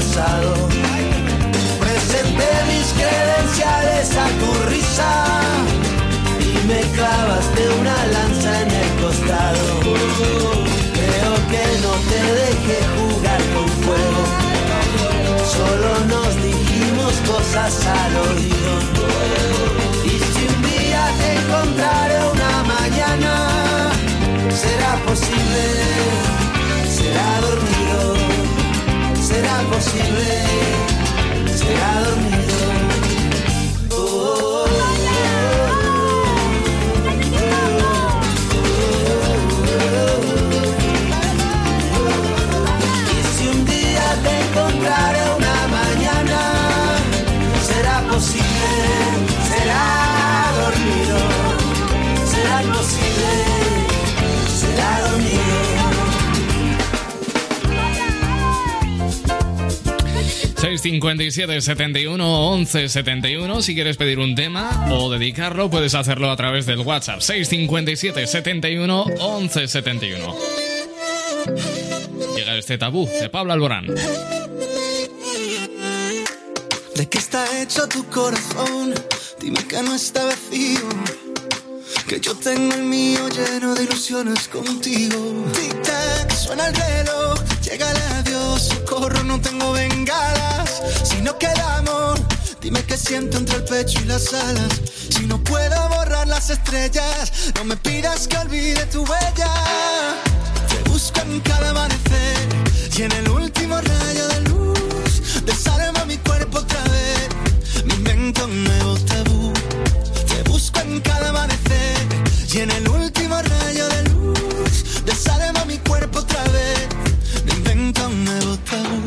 pasado. Presenté mis credenciales a tu risa y me clavaste una lanza en el costado. Creo que no te dejé jugar con fuego, solo nos dijimos cosas al oído. Y si un día te encontraré una mañana, será posible, será dormido, será posible, será dormido. Y si un día te encontraré una mañana, será posible, será dormido, será posible, será dormido. 657 71 11 71. Si quieres pedir un tema o dedicarlo, puedes hacerlo a través del WhatsApp 657 71 11 71. Llega este Tabú de Pablo Alborán. ¿De qué está hecho tu corazón? Dime que no está vacío, que yo tengo el mío lleno de ilusiones contigo. Tic-tac, suena el reloj, llega el adiós, socorro, no tengo bengalas. Si no queda amor, dime qué siento entre el pecho y las alas. Si no puedo borrar las estrellas, no me pidas que olvide tu huella. Te busco en cada amanecer y en el último rayo de luz, desarma mi cuerpo otra vez, me invento un nuevo tabú. Te busco en cada amanecer y en el último rayo de luz, desarma mi cuerpo otra vez, me invento un nuevo tabú.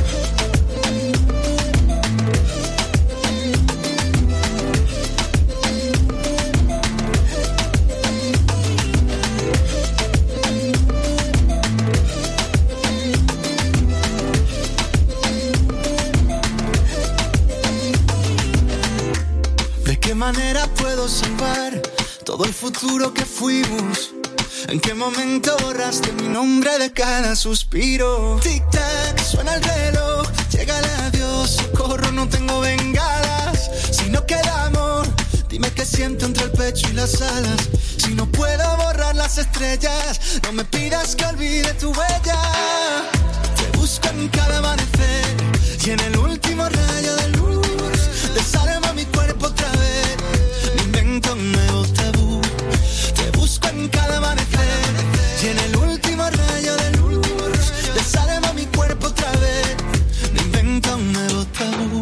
¿De qué manera puedo salvar todo el futuro que fuimos? ¿En qué momento borraste mi nombre de cada suspiro? Tic-tac, suena el reloj, llega el adiós, socorro, no tengo bengalas. Si no queda amor, dime qué siento entre el pecho y las alas. Si no puedo borrar las estrellas, no me pidas que olvide tu huella. Te busco en cada amanecer y en el último rayo de luz, desarma mi cuerpo otra vez, me invento un nuevo tabú. Te busco en cada amanecer y en el último rayo de luz, desarma mi cuerpo otra vez, me invento un nuevo tabú.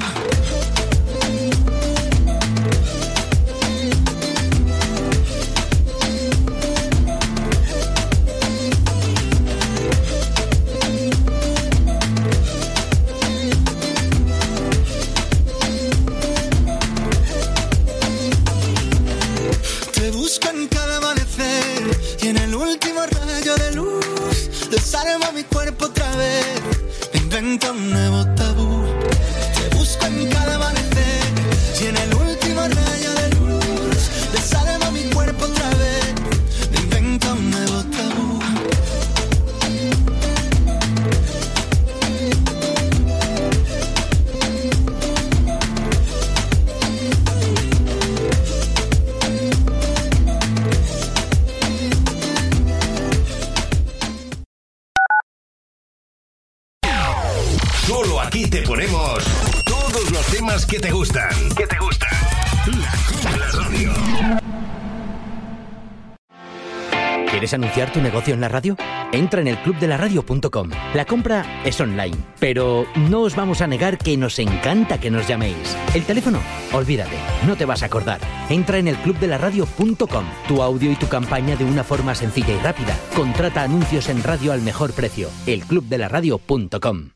Te busco en cada amanecer y en el último rayo de luz, desarma mi cuerpo otra vez, me invento un nuevo tabú. Te busco en cada amanecer y en el último rayo de luz, desarma mi cuerpo otra vez, me invento un nuevo tabú. Solo aquí te ponemos todos los temas que te gustan. Que te gustan. La Radio. ¿Quieres anunciar tu negocio en la radio? Entra en elclubdelaradio.com. La compra es online, pero no os vamos a negar que nos encanta que nos llaméis. El teléfono, olvídate, no te vas a acordar. Entra en elclubdelaradio.com. Tu audio y tu campaña de una forma sencilla y rápida. Contrata anuncios en radio al mejor precio. elclubdelaradio.com.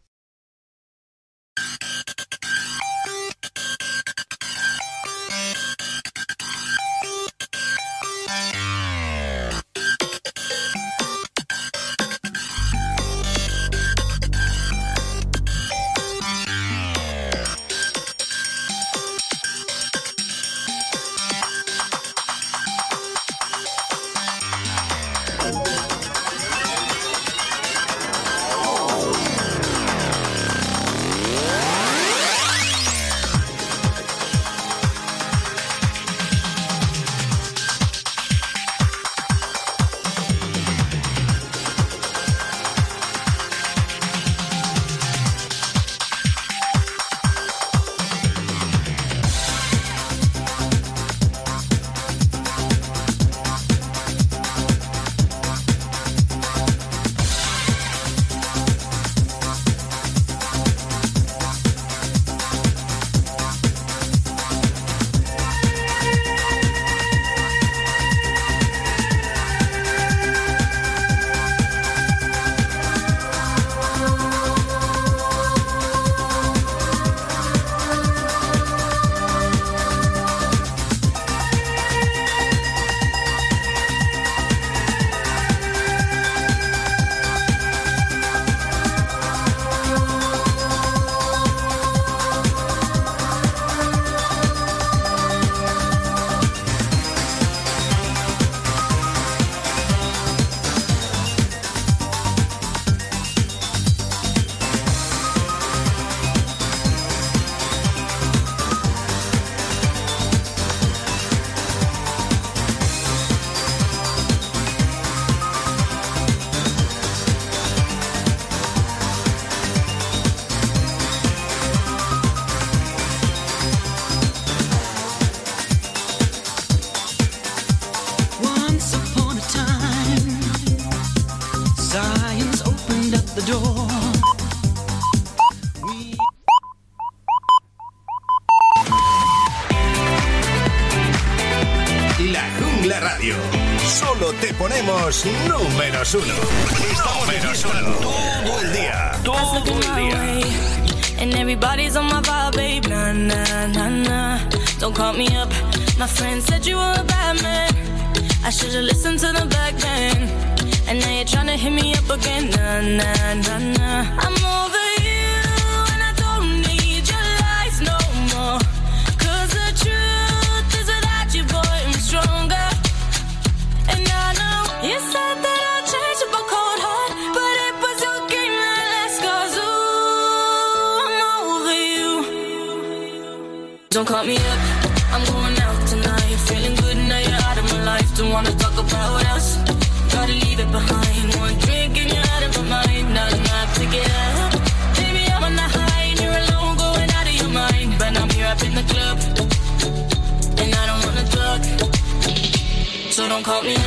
ponemos números 1. Estamos de fiesta todo el día. Todo el día. And everybody's on my vibe, babe. Nah, nah, nah, nah. Don't call me up. My friend said you were a bad man. I should've listened to the back then. And now you're trying to hit me up again. Nah, nah, nah, nah. I'm over you, and I don't need your lies no more. 'Cause the truth is without you, boy, I'm stronger. And I know you said that I'd change up a cold heart, but it was your game that last. 'Cause ooh, I'm over you. Don't call me up, I'm going out tonight. Feeling good now you're out of my life. Don't wanna talk about what else. Gotta leave it behind. One drink and you're out of my mind. Not enough to get up. Baby, I'm on the high and you're alone, going out of your mind. But I'm here up in the club, and I don't wanna talk. So don't call me up.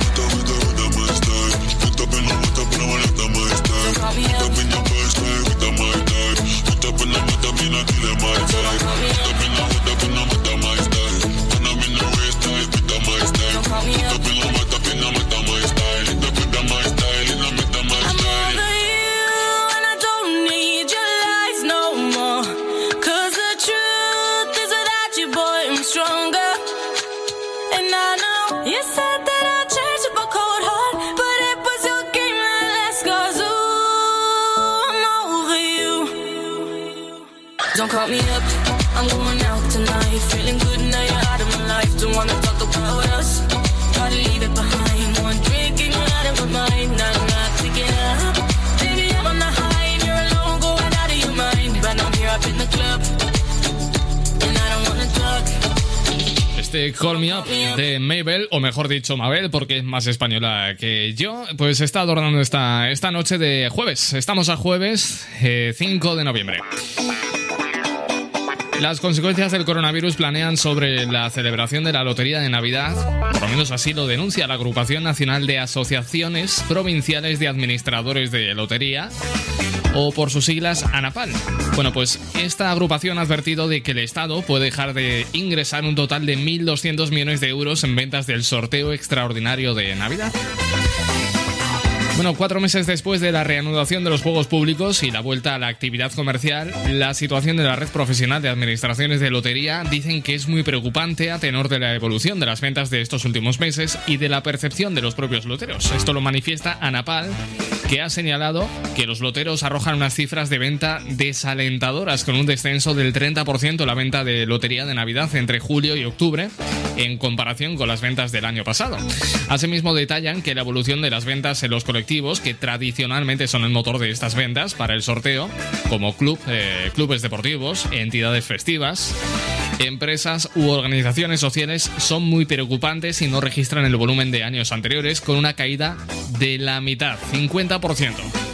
Don't call me up, I'm going out tonight. Feeling good now you're out of my life. Don't wanna talk about what else. Gotta leave it behind. One drink and you're out of my mind. Not enough to get up. Baby, I'm on the high and you're alone, going out of your mind. But I'm here up in the club, and I don't wanna talk. Este Call Me Up de Mabel, o mejor dicho Mabel, porque es más española que yo, pues está adornando esta noche de jueves. Estamos a jueves 5 de noviembre. Las consecuencias del coronavirus planean sobre la celebración de la Lotería de Navidad, por lo menos así lo denuncia la Agrupación Nacional de Asociaciones Provinciales de Administradores de Lotería, o por sus siglas ANAPAL. Bueno, pues esta agrupación ha advertido de que el Estado puede dejar de ingresar un total de 1.200 millones de euros en ventas del sorteo extraordinario de Navidad. Bueno, 4 meses después de la reanudación de los juegos públicos y la vuelta a la actividad comercial, la situación de la red profesional de administraciones de lotería dicen que es muy preocupante a tenor de la evolución de las ventas de estos últimos meses y de la percepción de los propios loteros. Esto lo manifiesta ANAPAL, que ha señalado que los loteros arrojan unas cifras de venta desalentadoras, con un descenso del 30% en la venta de lotería de Navidad entre julio y octubre, en comparación con las ventas del año pasado. Asimismo, detallan que la evolución de las ventas en los colectivos, que tradicionalmente son el motor de estas ventas para el sorteo, como clubes deportivos, entidades festivas, empresas u organizaciones sociales, son muy preocupantes y no registran el volumen de años anteriores, con una caída de la mitad, 50%.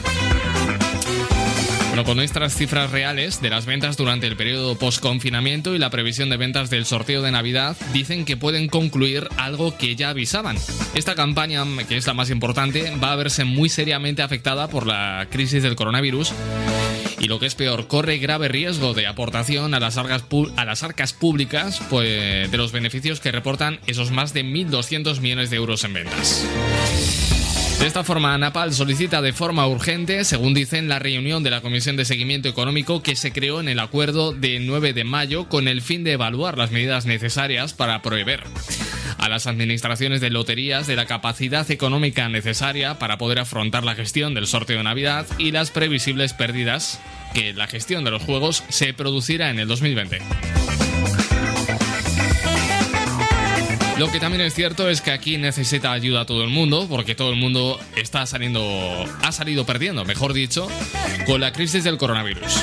Bueno, con nuestras cifras reales de las ventas durante el periodo post-confinamiento y la previsión de ventas del sorteo de Navidad, dicen que pueden concluir algo que ya avisaban. Esta campaña, que es la más importante, va a verse muy seriamente afectada por la crisis del coronavirus y, lo que es peor, corre grave riesgo de aportación a las arcas públicas, pues, de los beneficios que reportan esos más de 1.200 millones de euros en ventas. De esta forma, ANAPAL solicita de forma urgente, según dicen, la reunión de la Comisión de Seguimiento Económico que se creó en el acuerdo de 9 de mayo con el fin de evaluar las medidas necesarias para proveer a las administraciones de loterías de la capacidad económica necesaria para poder afrontar la gestión del sorteo de Navidad y las previsibles pérdidas que la gestión de los juegos se producirá en el 2020. Lo que también es cierto es que aquí necesita ayuda a todo el mundo, porque todo el mundo ha salido perdiendo, mejor dicho, con la crisis del coronavirus.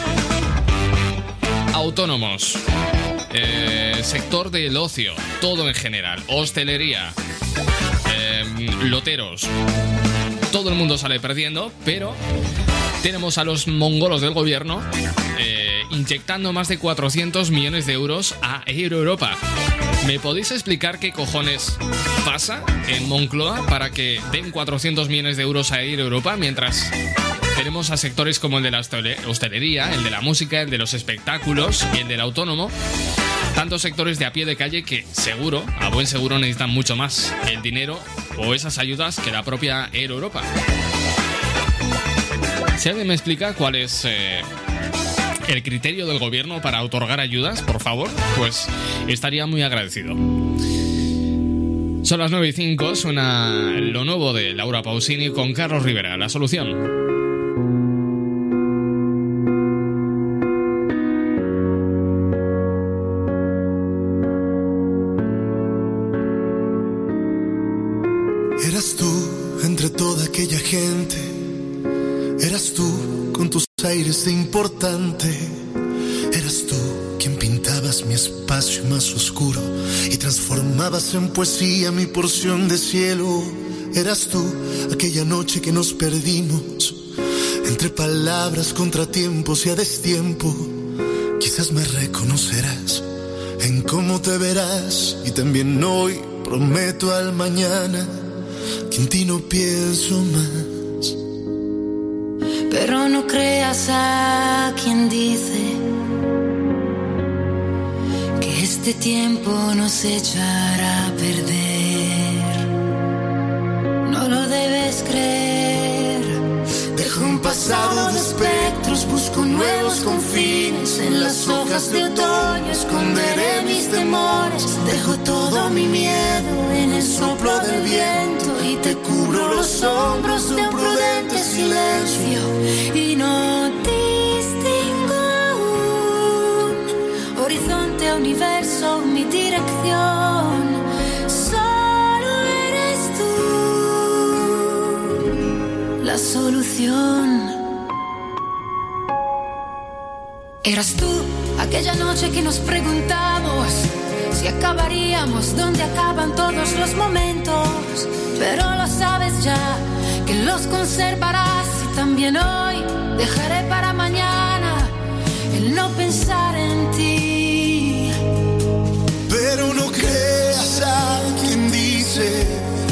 Autónomos, sector del ocio, todo en general, hostelería, loteros, todo el mundo sale perdiendo, pero tenemos a los mongolos del gobierno inyectando más de 400 millones de euros a Air Europa. ¿Me podéis explicar qué cojones pasa en Moncloa para que den 400 millones de euros a Air Europa mientras tenemos a sectores como el de la hostelería, el de la música, el de los espectáculos y el del autónomo Tantos sectores de a pie de calle que seguro, a buen seguro, necesitan mucho más el dinero o esas ayudas que la propia Air Europa. Si alguien me explica cuál es el criterio del gobierno para otorgar ayudas, por favor, pues estaría muy agradecido. Son las 9:05, suena lo nuevo de Laura Pausini con Carlos Rivera, La Solución. Eras tú entre toda aquella gente, eras tú con tus aires de importante, eras tú quien pintabas mi espacio más oscuro y transformabas en poesía mi porción de cielo. Eras tú aquella noche que nos perdimos entre palabras, contratiempos y a destiempo. Quizás me reconocerás en cómo te verás y también hoy prometo al mañana que en ti no pienso más. Pero no creas a quien dice que este tiempo nos echará a perder. No lo debes creer. Dejo un pasado de espectros, busco nuevos confines. En las hojas de otoño esconderé mis temores. Dejo todo mi miedo en el soplo del viento y te cubro los hombros de un prudente silencio. Y no distingo aún horizonte, universo, mi dirección. Solo eres tú la solución. Eras tú aquella noche que nos preguntamos si acabaríamos donde acaban todos los momentos. Pero lo sabes ya, que los conservarás y también hoy dejaré para mañana el no pensar en ti. Pero no creas a quien dice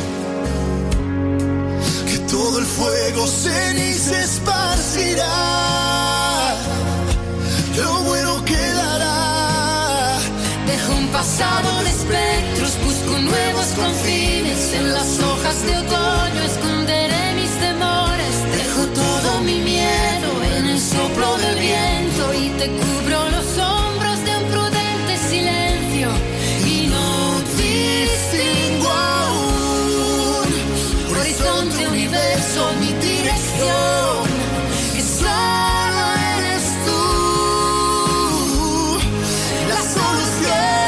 que todo el fuego ceniza esparcirá. Lo bueno quedará. Dejo un pasado de espectros, busco nuevos confines. En las hojas de otoño esconderé mis temores. Dejo todo mi miedo en el soplo del viento y te cubro los hombros de un prudente silencio. Y no distingo aún horizonte, universo, mi dirección. Que solo eres tú la solución.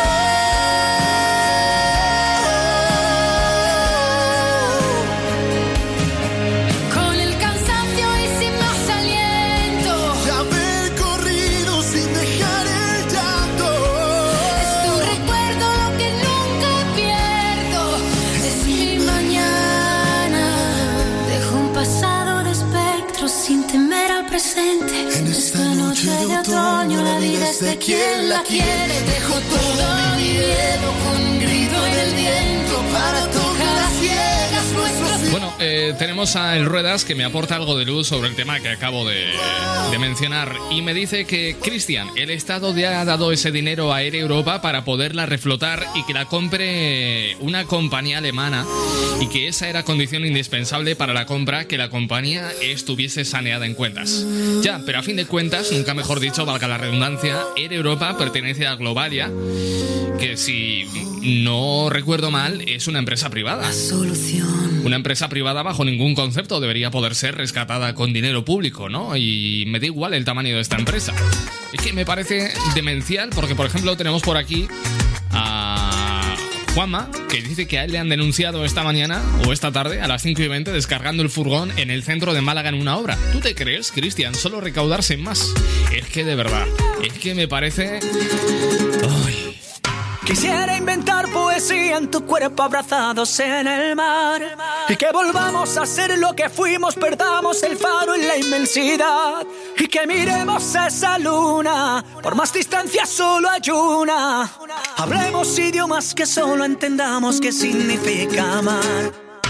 Con el cansancio y sin más aliento, de haber corrido sin dejar el llanto. es tu recuerdo lo que nunca pierdo. Es mi mañana. Dejo un pasado de espectros sin temer al presente. En esta noche de otoño la vida es de quien la quiere. Dejo todo mi miedo con un grito en el viento para tocar a ciegas nuestros. Bueno, tenemos a El Ruedas que me aporta algo de luz sobre el tema que acabo de mencionar y me dice que, Cristian, el Estado ya ha dado ese dinero a Air Europa para poderla reflotar y que la compre una compañía alemana y que esa era condición indispensable para la compra, que la compañía estuviese saneada en cuentas. Ya, pero a fin de cuentas, nunca mejor dicho, valga la redundancia, Air Europa pertenece a Globalia, que si no recuerdo mal es una empresa privada. Solución. Una empresa privada bajo ningún concepto debería poder ser rescatada con dinero público, ¿no? Y me da igual el tamaño de esta empresa. Es que me parece demencial porque, por ejemplo, tenemos por aquí a Juanma, que dice que a él le han denunciado esta mañana o esta tarde a las 5:20 descargando el furgón en el centro de Málaga en una obra. ¿Tú te crees, Cristian? Solo recaudarse más. Es que de verdad, es que me parece... Ay. Quisiera inventar poesía en tu cuerpo abrazados en el mar y que volvamos a ser lo que fuimos, perdamos el faro en la inmensidad y que miremos esa luna, por más distancia solo hay una. Hablemos idiomas que solo entendamos qué significa amar.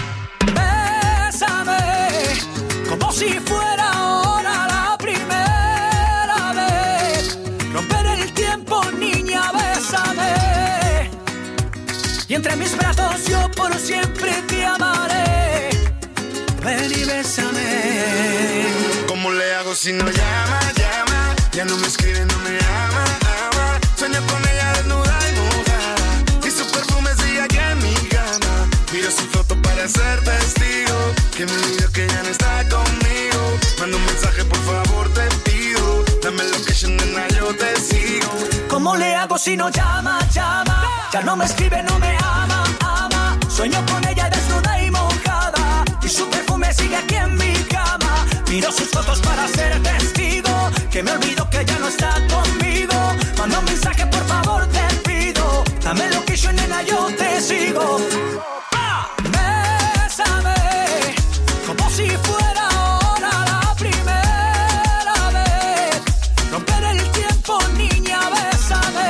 Bésame como si fuera ahora la primera vez. Romper el tiempo, niña, bésame. entre mis brazos yo por siempre te amaré. Ven y bésame. ¿Cómo le hago si no llama? Ya no me escribe, no me ama. Sueño con ella desnuda y mojada, y su perfume sigue aquí en mi cama. Miro su foto para ser testigo, que me olvido que ya no está conmigo. Manda un mensaje, por favor, te pido. Dame location, nena, yo te sigo. ¿Cómo le hago si no llama? Ya no me escribe, no me ama. Sueño con ella desnuda y mojada, y su perfume sigue aquí en mi cama. Miro sus fotos para ser testigo, que me olvido que ya no está conmigo. Manda un mensaje, por favor, te pido. Dame location, nena, yo te sigo. Bésame, como si fuera ahora la primera vez. Romper el tiempo, niña, bésame.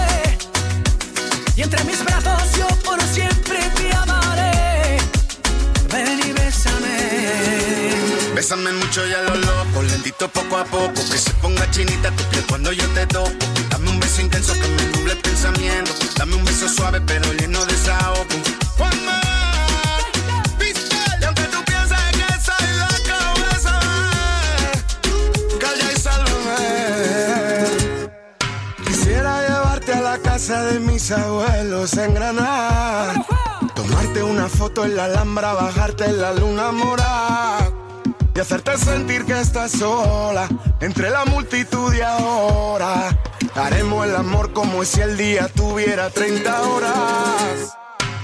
Y entre mis brazos yo por siempre te amaré. Ven y bésame. Bésame mucho y a lo loco, lentito poco a poco, que se ponga chinita tu piel cuando yo te toco. Dame un beso intenso que me nuble el pensamiento. Dame un beso suave pero lleno de desahogo. One more, pistol. Y aunque tú pienses que soy loco, bésame. Calla y sálvame. Quisiera llevarte a la casa de mis abuelos en Granada, tomarte una foto en la Alhambra, bajarte en la luna morada y hacerte sentir que estás sola entre la multitud y ahora. Haremos el amor como si el día tuviera 30 horas.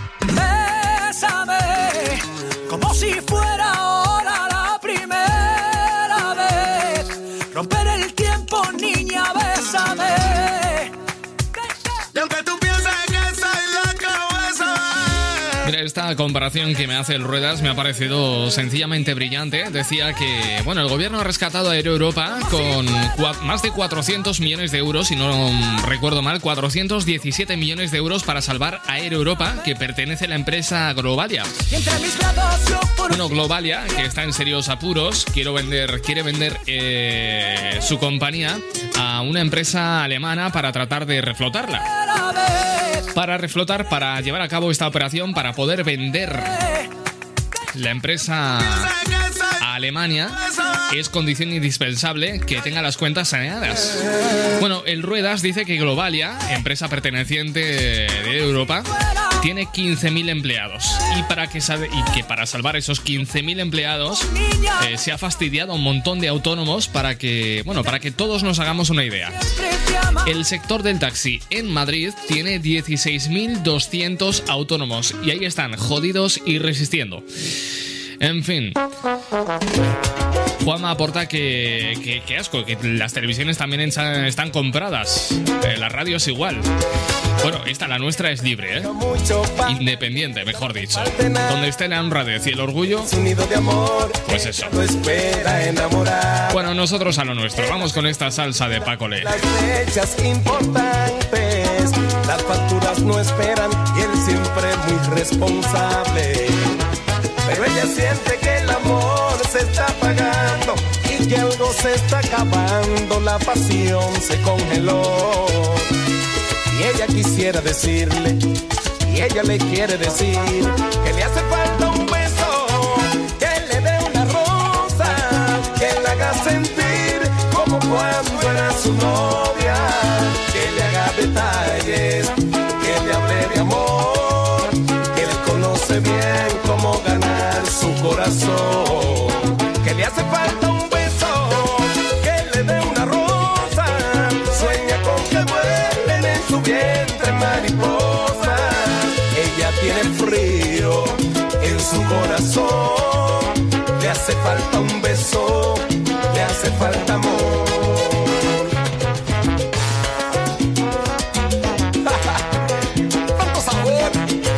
Bésame, como si fuera ahora la primera vez. Romper el tiempo, niña, bésame. Y aunque tú pienses que soy loco, bésame. Mira, esta comparación que me hace el Ruedas me ha parecido sencillamente brillante. Decía que, bueno, el gobierno ha rescatado a Air Europa con más de 400 millones de euros, si no recuerdo mal, 417 millones de euros para salvar a Air Europa, que pertenece a la empresa Globalia. Bueno, Globalia, que está en serios apuros, quiere vender su compañía a una empresa alemana para tratar de reflotarla. Para llevar a cabo esta operación, para poder vender la empresa a Alemania, es condición indispensable que tenga las cuentas saneadas. Bueno, el Ruedas dice que Globalia, empresa perteneciente de Europa, tiene 15.000 empleados y que para salvar esos 15.000 empleados se ha fastidiado a un montón de autónomos para que todos nos hagamos una idea. El sector del taxi en Madrid tiene 16.200 autónomos y ahí están, jodidos y resistiendo. En fin, Juanma aporta que asco, que las televisiones también están compradas, la radio es igual. Bueno, la nuestra es libre, ¿eh? Independiente, mejor dicho. Donde esté la honradez y el orgullo, pues eso. Bueno, nosotros a lo nuestro. Vamos con esta salsa de Paco Le. Las fechas importantes, las facturas no esperan y él siempre muy responsable. Pero ella siente que el amor se está apagando y que algo se está acabando, la pasión se congeló. Y ella quisiera decirle, y ella le quiere decir, que le hace falta un beso, que le dé una rosa, que le haga sentir como cuando era su novia, que le haga detalles, que le hable de amor, que le conoce bien cómo ganar su corazón, que le hace falta un beso, que le dé una rosa, sueña con que vuelen en su vientre mariposas, ella tiene frío en su corazón, le hace falta un beso, le hace falta amor. Tanto sabor,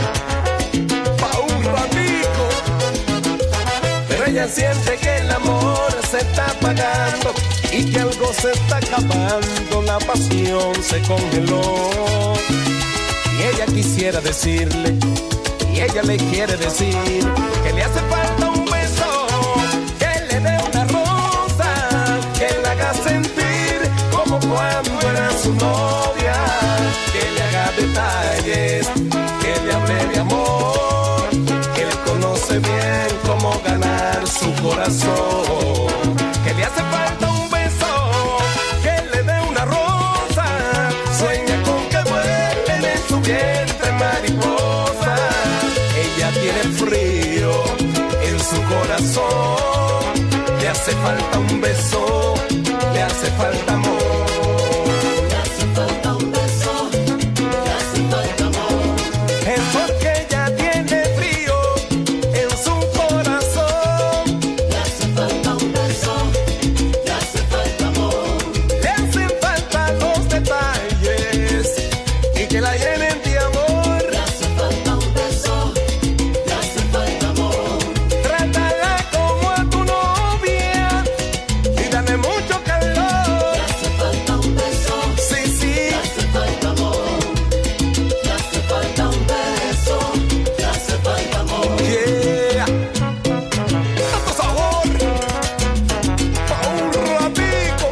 Paul Ramico. Pero ella siente que el amor se está apagando y que algo se está acabando, la pasión se congeló. Y ella quisiera decirle, y ella le quiere decir, que le hace falta un beso, que le dé una rosa, que le haga sentir como cuando era su novia, que le haga detalles, que le hable hable de amor. Él conoce bien cómo ganar su corazón. Que le hace falta un beso, que le dé una rosa. Sueña con que vuelen en su vientre mariposa. Ella tiene frío en su corazón. Le hace falta un beso, le hace falta amor. Le hace falta un beso, le hace falta amor. Es porque ella tiene frío en su corazón. Le hace falta un beso, le hace falta amor. Le hacen falta los detalles y que la llenen de amor. Le hace falta un beso, le hace falta amor. Trátala como a tu novia y dale mucho calor. Le hace falta un beso, sí, sí. Le hace falta amor. Le hace falta un beso, le hace falta amor. Yeah. Tanto sabor pa' un ratico.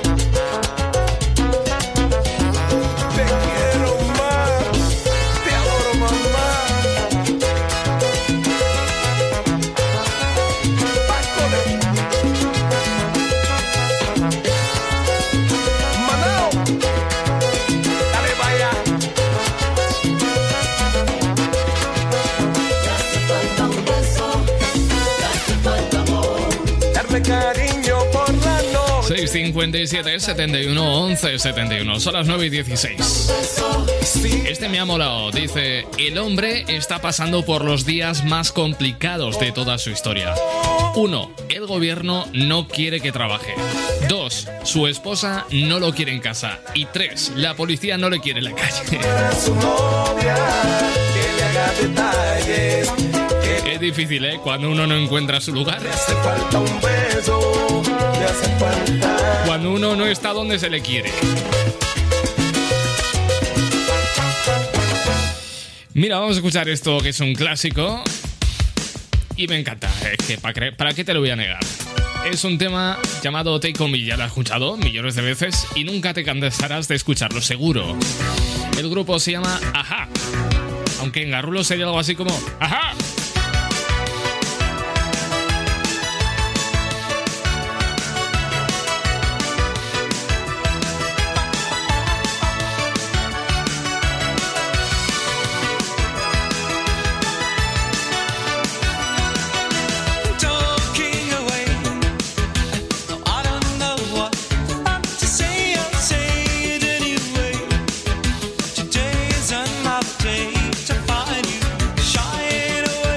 Te quiero más, te adoro mamá. Manao, dale vaya. Le hace falta un beso, le hace falta amor. Darme cariño por la noche. 657 71 11 71. Son las 9:16. Este me ha molado. Dice: el hombre está pasando por los días más complicados de toda su historia. 1. El gobierno no quiere que trabaje. 2. Su esposa no lo quiere en casa. Y 3. La policía no le quiere en la calle. Su novia, que le haga detalles. Es difícil, ¿eh? Cuando uno no encuentra su lugar. Le hace falta un beso, le hace falta. Cuando uno no está donde se le quiere. Mira, vamos a escuchar esto que es un clásico y me encanta. Es que ¿para qué te lo voy a negar? Es un tema llamado Take On Me. Ya lo has escuchado millones de veces y nunca te cansarás de escucharlo, seguro. El grupo se llama Ajá. Aunque en Garrulo sería algo así como Ajá. Talking away, I don't know what to say. I'll say it anyway. Today is another day to find you shying away.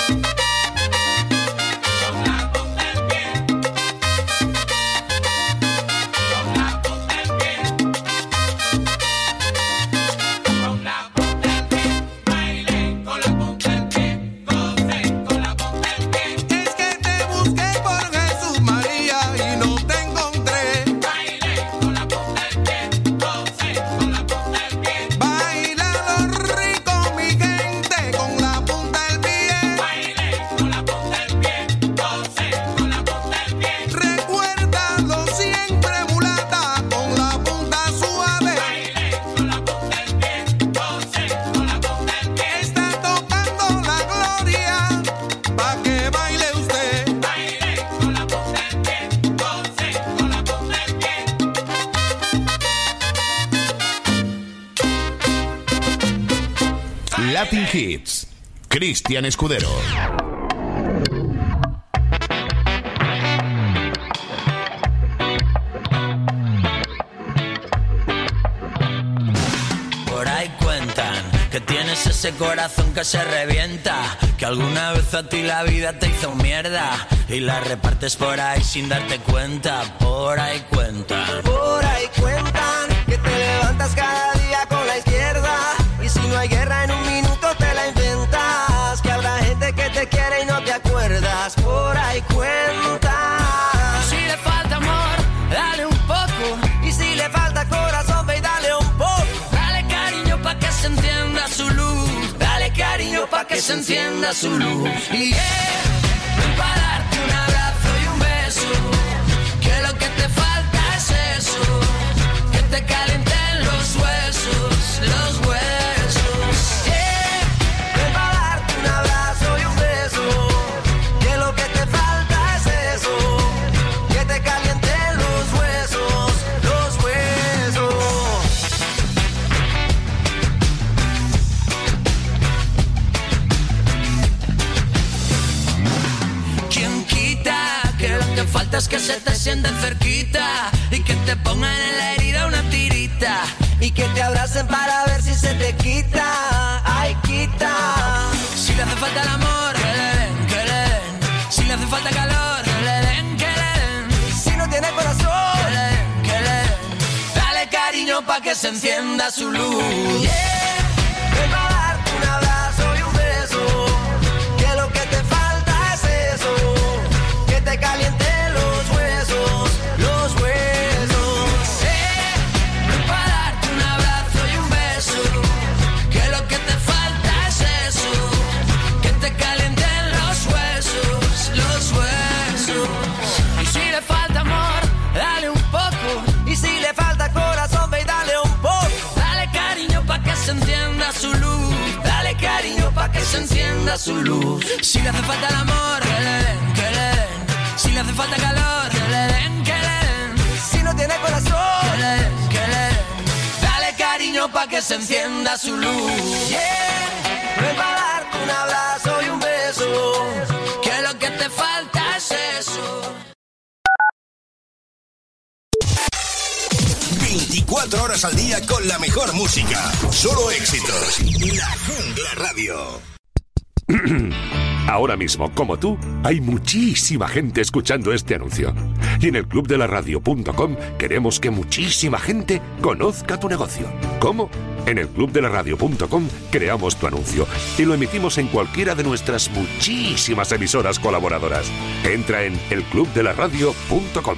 Latin Hits, Cristian Escudero. Por ahí cuentan que tienes ese corazón que se revienta, que alguna vez a ti la vida te hizo mierda y la repartes por ahí sin darte cuenta. Por ahí cuentan que te levantas cada día con la izquierda, y si no hay guerra en un minuto te la inventas, que habrá gente que te quiere y no te acuerdas. Por ahí cuentan. Si le falta amor, dale un poco, y si le falta corazón, ve y dale un poco. Dale cariño pa' que se encienda su luz, dale cariño pa' que se encienda su luz. Y ven pa' darte un abrazo y un beso, que lo que te falta es eso, que te calienten los huesos. pongan en la herida una tirita y que te abracen para ver si se te quita. Ay, quita. Si le hace falta el amor, que le den, que le den. Si le hace falta calor, que le den, que le den. Si no tiene corazón, que le den, que le den. Dale cariño pa' que se encienda su luz. Yeah. Ven a darte un abrazo y un beso, que lo que te falta es eso, que te caliente los huesos, los huesos. Ven para darte un abrazo y un beso, que lo que te falta es eso, que te calienten los huesos, los huesos. Y si le falta amor, dale un poco, y si le falta corazón, ve y dale un poco. Dale cariño pa' que se encienda su luz, dale cariño pa' que se encienda su luz. Si le hace falta el amor, que le den, que le den. Si le hace falta calor, que le den, que le den. Si no tiene corazón, que le den, que le den. Dale cariño pa' que se encienda su luz. Yeah. Ven para darte un abrazo y un beso, que lo que te falta es eso. 24 horas al día con la mejor música. Solo éxitos. La Jungla Radio. Ahora mismo, como tú, hay muchísima gente escuchando este anuncio. Y en el clubdelaradio.com queremos que muchísima gente conozca tu negocio. ¿Cómo? En el clubdelaradio.com creamos tu anuncio y lo emitimos en cualquiera de nuestras muchísimas emisoras colaboradoras. Entra en elclubdelaradio.com.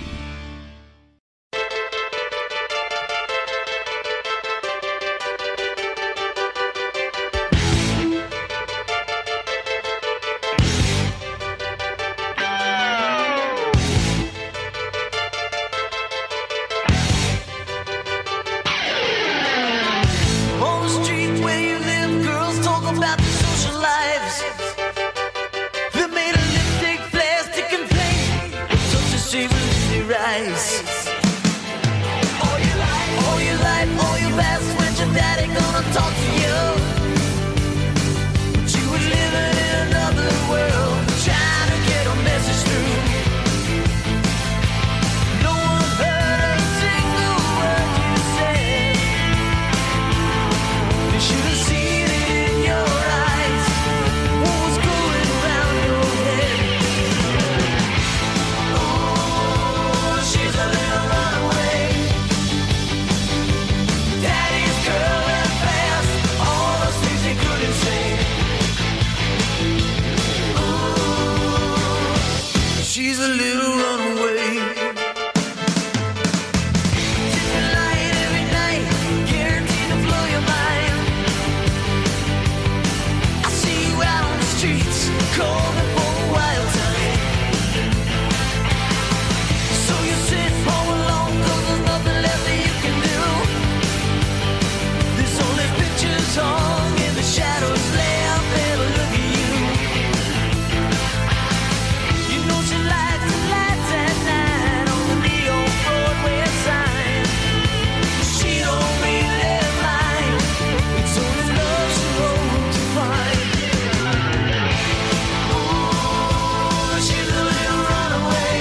On the street where you live, girls talk about their social lives. They made a lipstick, plastic, and plain. Such a shame in their eyes. All your life, all your past, when's your daddy gonna talk to you? But you were living in another world, trying to get a message through. No one heard a single word you said. You should have seen it in your eyes, what was going around your head. Oh, she's a little runaway. Daddy's girl and fast, all those things he couldn't say. Oh, she's a little runaway. She's a light every night, guaranteed to blow your mind. I see you out on the streets, calling for a wild time. So you sit home alone, 'cause there's nothing left that you can do. There's only pictures hung in the shadows left there to look at you. You know she lights the lights at night on the neon Broadway sign. She don't really live mine, it's only love she wrote to find. Ooh, she's a little runaway.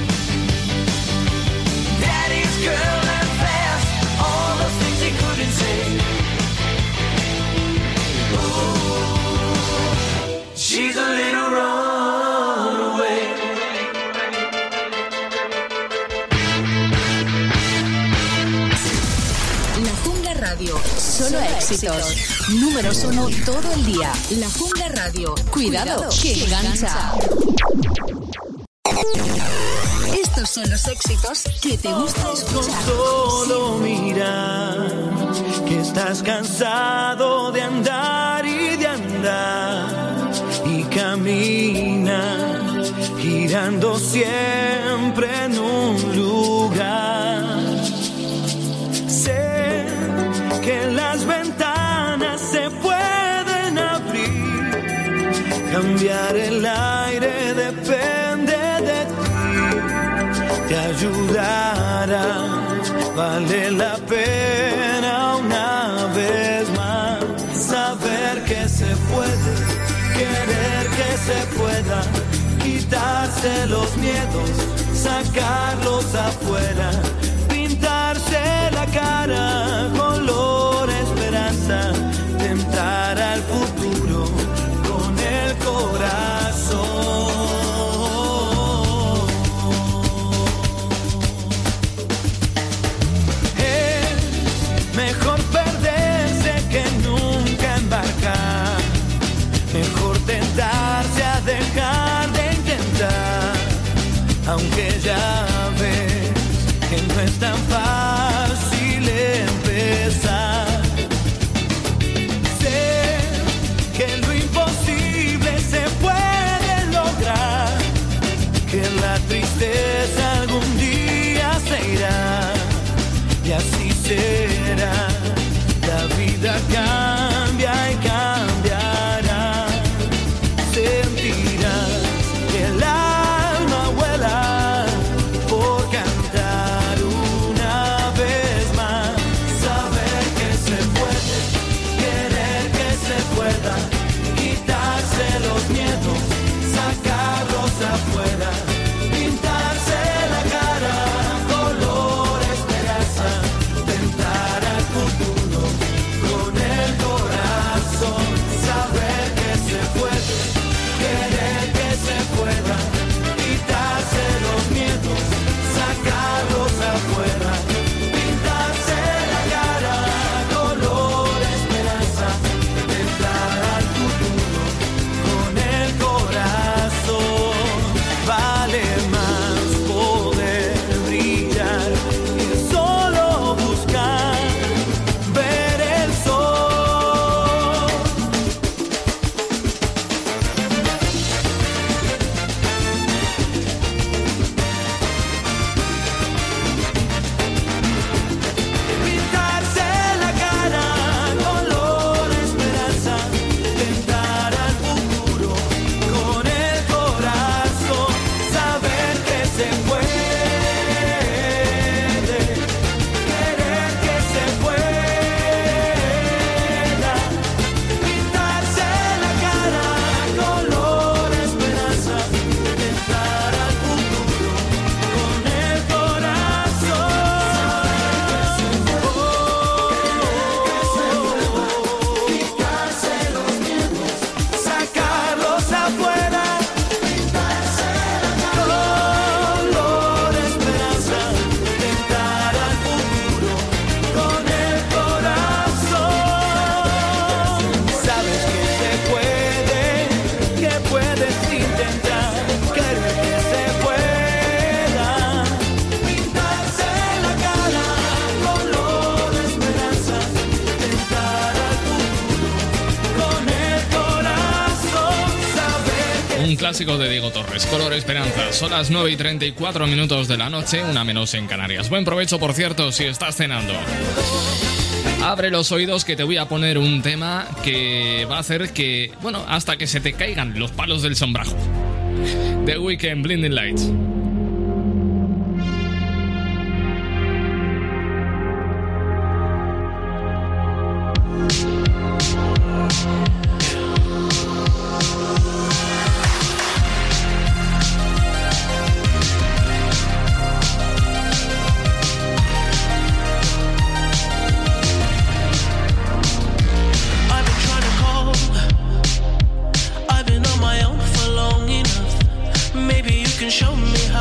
Daddy's girl and fast, all those things he couldn't say. Ooh, she's a little runaway. La Jungla Radio. Solo éxitos. Números 1 todo el día. La Jungla Radio. Cuidado, que engancha. Estos son los éxitos que te gusta escuchar. Solo mira que estás cansado de andar y de andar y camina girando siempre en un lugar. Sé que las ventanas se pueden abrir, cambiar el aire depende de ti, te ayudará, vale la pena una vez más saber que se puede, querer que se pueda, quitarse los miedos, sacarlos afuera, pintar y así será. La vida cambia y cambiará. Sentirás que el alma vuela por cantar una vez más. Saber que se puede, querer que se pueda, quitarse los miedos, sacarlos afuera, pintarse la cara, color esperanza, tentar al futuro con el corazón. Saber que se puede, querer que se pueda, quitarse los miedos, sacarlos afuera, pintarse la cara, color esperanza, tentar al futuro con el corazón. Vale más poder brillar que solo buscar ver el sol. Pintarse la cara, color esperanza, tentar al futuro con el corazón. Saber que se puede, querer que se pueda, pintarse la cara, color esperanza, tentar al futuro con el corazón. Quitarse los miedos, sacarlos afuera, pintarse la cara, color esperanza, tentar al futuro con el corazón. Sabes que se puede, que puedes intentar, querer que se pueda, pintarse la cara, color esperanza, tentar al futuro con el corazón. Saber que Un clásico de Diego Torres, Color Esperanza. Son las 9:34 de la noche, una menos en Canarias. Buen provecho, por cierto, si estás cenando. Abre los oídos que te voy a poner un tema que va a hacer que, bueno, hasta que se te caigan los palos del sombrajo. The Weeknd, Blinding Lights. I've been trying to call. I've been on my own for long enough. Maybe you can show me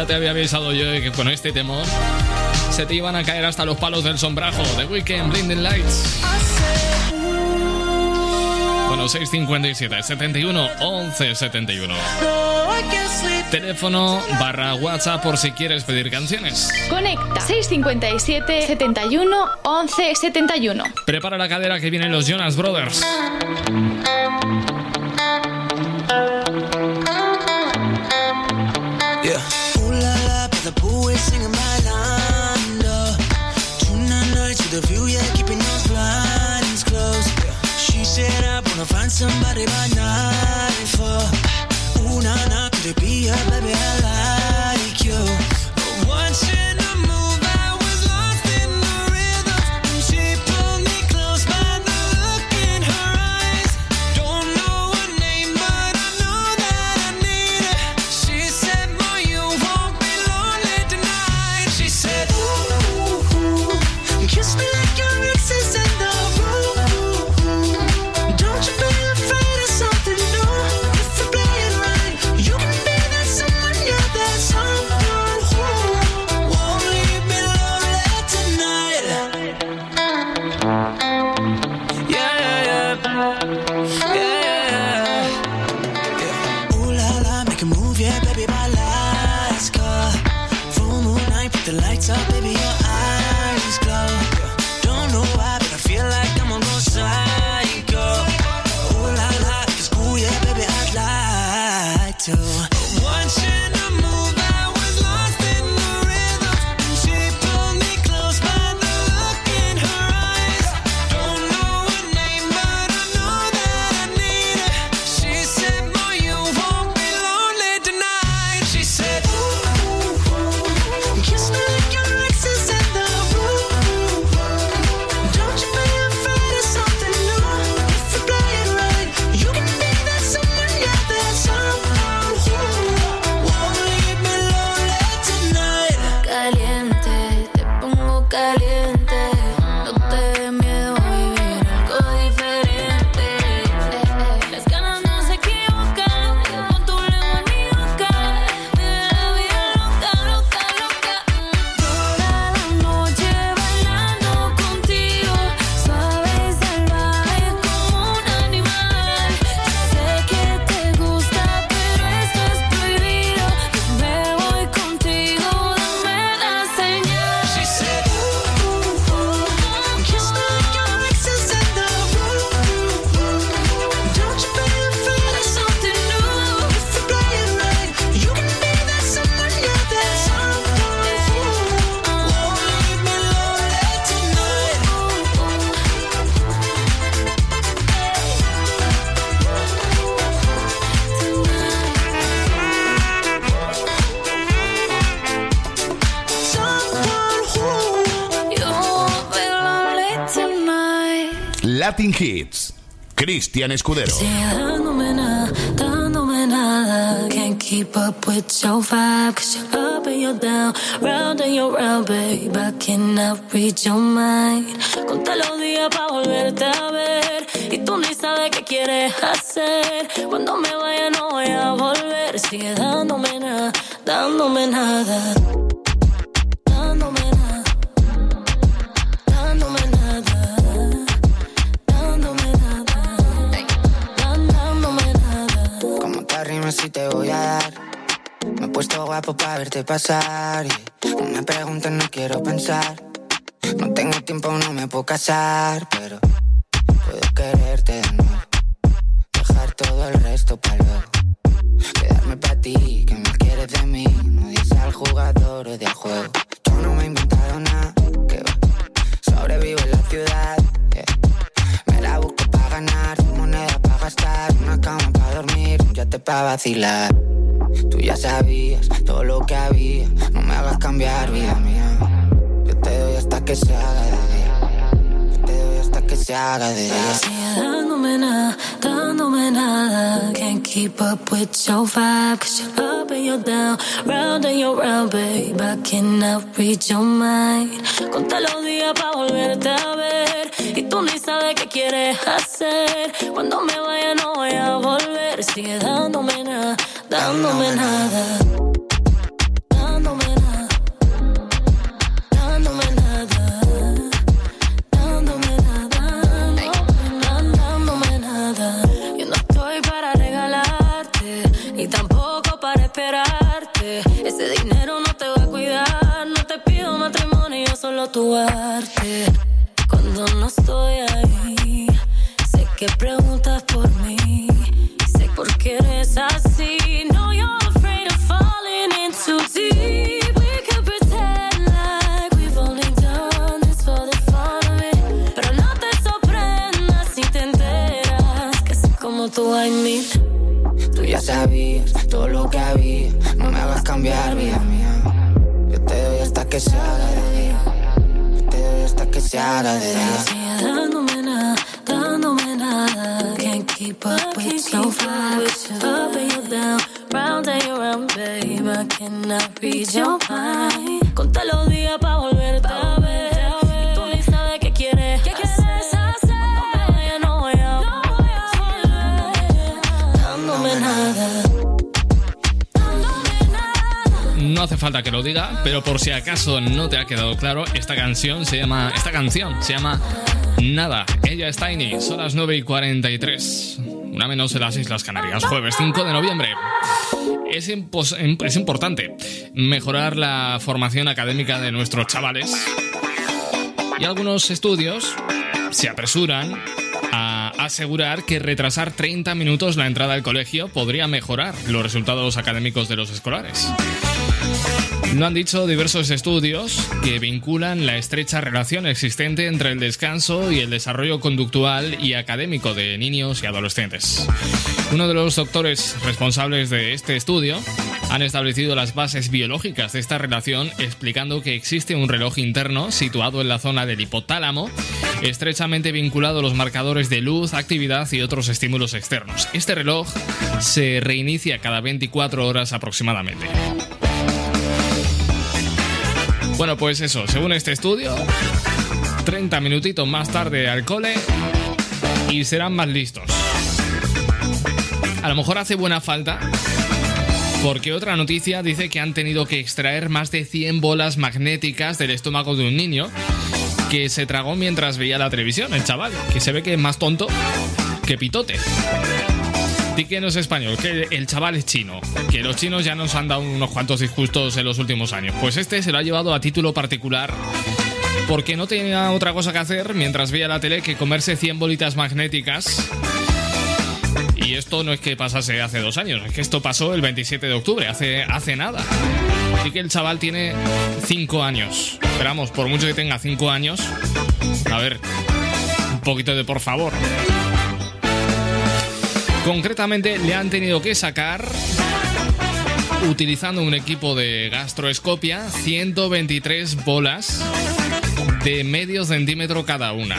Ya te había avisado yo de que con este temor se te iban a caer hasta los palos del sombrajo. The Weeknd, Blinding Lights. Bueno, 657 71 11 71. Teléfono / WhatsApp por si quieres pedir canciones. Conecta 657 71 11 71. Prepara la cadera que vienen los Jonas Brothers. Yeah. Ooh la la, by the pool, we're singing my line. Tonight nights with a view, yeah, keeping those blinds closed. Yeah. She said I wanna find somebody by 9 4. Ooh na na, could it be her, baby? I like you. But watching her move, I was lost in the rhythm. And she pulled me close by the look in her eyes. Don't know her name, but I know that I need her. She said, boy, you won't be lonely tonight. She said, ooh, ooh, kiss me like your ex is in the room. Don't you be afraid of something new. If you play it right, you can be that someone, yeah, that someone who won't leave me lonely tonight. Yeah, yeah, yeah, yeah, yeah. Ooh la la, make a move, yeah, baby, my last car. Full moon night, put the lights up, baby, your eyes glow. Don't know why, but I feel like I'm gonna go psycho. Ooh la la, it's cool, yeah, baby, I'd like to. Watching her move, I was lost in the rhythm. And she pulled me close by the look in her eyes. Don't know her name, but I know that I need her. She said, boy, you won't be lonely tonight. She said, ooh, ooh, kiss me like your ex is in the room. Don't you be afraid of something new. If you play it right, you can be that someone, yeah, that someone who won't leave me lonely tonight. Caliente, te pongo caliente. No te dé miedo vivir algo diferente. Las ganas no se equivocan. Con tu lengua en mi boca. Vive la vida loca, loca, loca. Toda la noche bailando contigo. Suave y salvaje como un animal. Sé que te gusta, pero esto es prohibido. Me voy contigo, dame la señal. She said, ooh, ooh, kiss me like your ex is in the room. Don't you be afraid of something new. If you play it right, you can be that someone, yeah, that someone who won't leave me lonely tonight. Someone who You won't be lonely tonight. Latin Hits. Cristian Escudero. Sigue dándome nada. Can't keep up with your vibe. 'Cause you're up and you're down, round and you're round, babe. I cannot read your mind. Conté los días pa' volverte a ver. Y tú ni sabes qué quieres hacer. Cuando me vaya no voy a volver. Sigue dándome nada, dándome nada. Dándome nada, dándome nada. Dándome nada, dándome nada. ¿Cómo te rimas si te voy a dar? Me he puesto guapo pa' verte pasar. Y no me preguntes, no quiero pensar. No tengo tiempo, no me puedo casar. Pero puedo quererte de nuevo. Dejar todo el resto pa' luego. Quedarme pa' ti, que me quieres de mí. No dices al jugador o de al juego. Yo no me he inventado nada, que va. Sobrevivo en la ciudad, yeah. Me la busco pa' ganar, moneda pa' gastar, una cama pa' dormir, un yate pa' vacilar. Tú ya sabías todo lo que había, no me hagas cambiar, vida mía. Yo te doy hasta que se haga de día. Yo te doy hasta que se haga de día. Sigue dándome nada, dándome nada. Can't keep up with your vibe. 'Cause you're up and you're down, round and you're round, babe. I cannot read your mind. Conté los días pa' volverte a ver. Y tú ni sabes qué quieres hacer. Cuando me vaya no voy a volver. Sigue dándome nada, dándome nada. parte. Ese dinero no te va a cuidar. No te pido matrimonio, solo tu arte. Cuando no estoy ahí, sé que preguntas por mí. Sé por qué eres así. No, you're afraid of falling in too deep. We could pretend like we've only done this for the fun of it. Pero no te sorprendas si te enteras que así como tú hay mil. Tú ya sabías todo lo que había. No me hagas cambiar, vida mía. Yo te doy hasta que se haga de día. Yo te doy hasta que se haga de día. Sigue dándome nada, dándome nada. Can't keep up with so fast. Up and you down, round and you round, babe. I cannot read your mind. Conté los días pa' volverte a ver. Y tú ni sabes qué quieres. ¿Qué quieres hacer? No voy a volver. Dándome nada. No hace falta que lo diga, pero por si acaso no te ha quedado claro, esta canción se llama Nada. Ella es Tiny. Son las 9:43. Una menos en las Islas Canarias. Jueves 5 de noviembre. Es importante mejorar la formación académica de nuestros chavales. Y algunos estudios se apresuran a asegurar que retrasar 30 minutos la entrada al colegio podría mejorar los resultados académicos de los escolares. Lo han dicho diversos estudios que vinculan la estrecha relación existente entre el descanso y el desarrollo conductual y académico de niños y adolescentes. Uno de los doctores responsables de este estudio han establecido las bases biológicas de esta relación, explicando que existe un reloj interno situado en la zona del hipotálamo, estrechamente vinculado a los marcadores de luz, actividad y otros estímulos externos. Este reloj se reinicia cada 24 horas aproximadamente. Bueno, pues eso, según este estudio, 30 minutitos más tarde al cole y serán más listos. A lo mejor hace buena falta, porque otra noticia dice que han tenido que extraer más de 100 bolas magnéticas del estómago de un niño que se tragó mientras veía la televisión, el chaval, que se ve que es más tonto que pitote. Di que no es español, que el chaval es chino, que los chinos ya nos han dado unos cuantos disgustos en los últimos años. Pues este se lo ha llevado a título particular porque no tenía otra cosa que hacer mientras veía la tele que comerse 100 bolitas magnéticas. Y esto no es que pasase hace 2 años, es que esto pasó el 27 de octubre, hace nada. Así que el chaval tiene 5 años. Pero vamos, por mucho que tenga 5 años, a ver, un poquito de por favor. Concretamente le han tenido que sacar, utilizando un equipo de gastroscopia, 123 bolas de medio centímetro cada una.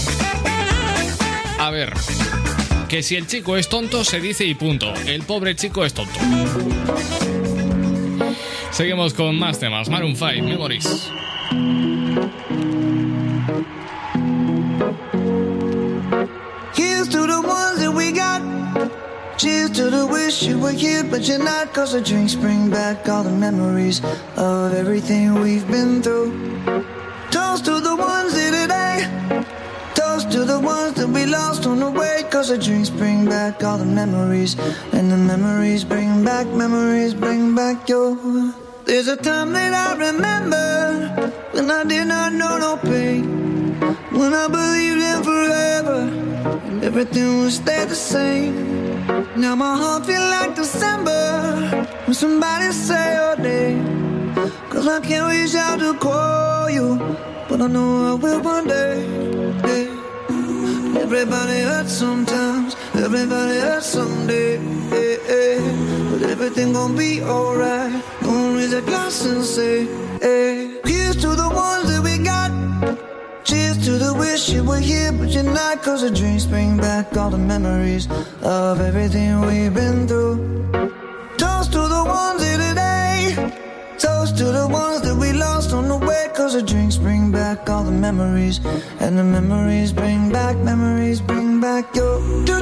A ver, que si el chico es tonto se dice y punto. El pobre chico es tonto. Seguimos con más temas. Maroon 5, Memories. Here's to the ones that we got. Cheers to the wish you were here, but you're not. 'Cause the drinks bring back all the memories of everything we've been through. Toast to the ones here today. Toast to the ones that we lost on the way. 'Cause the drinks bring back all the memories. And the memories bring back your. There's a time that I remember when I did not know no pain. When I believed in forever and everything would stay the same. Now my heart feels like December when somebody say your name. 'Cause I can't reach out to call you, but I know I will one day. Yeah. Everybody hurts sometimes, everybody hurts someday. Yeah, yeah. But everything gon' be alright. Gonna raise a glass and say, hey. Here's to the ones that we got. Cheers to the wish you were here, but you're not. 'Cause the drinks bring back all the memories of everything we've been through. Toast to the ones here today. Toast to the ones that we lost on the way. 'Cause the drinks bring back all the memories. And the memories bring back your.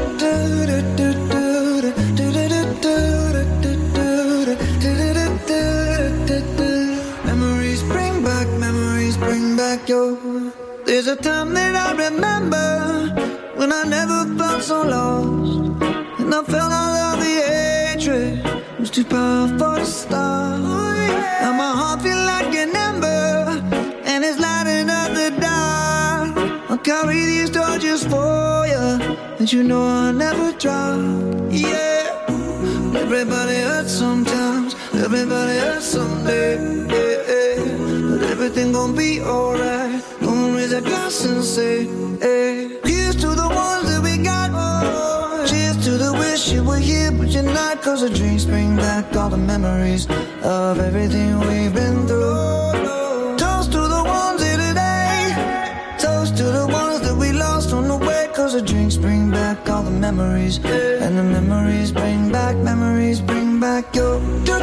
Memories bring back your. There's a time that I remember when I never felt so lost, and I felt all of the hatred was too powerful to stop. Now my heart feel like an ember, and it's lighting up the dark. I'll carry these torches for you, and you know I'll never drop. Yeah, everybody hurts sometimes, everybody hurts someday. Yeah, but everything gon' be alright. Gonna raise a glass and say, hey, here's to the ones that we got. Cheers to the wish you were here, but you're not. Cause the drinks bring back all the memories of everything we've been through. Toast to the ones here today. Toast to the ones that we lost on the way. Cause the drinks bring back all the memories, and the memories bring back your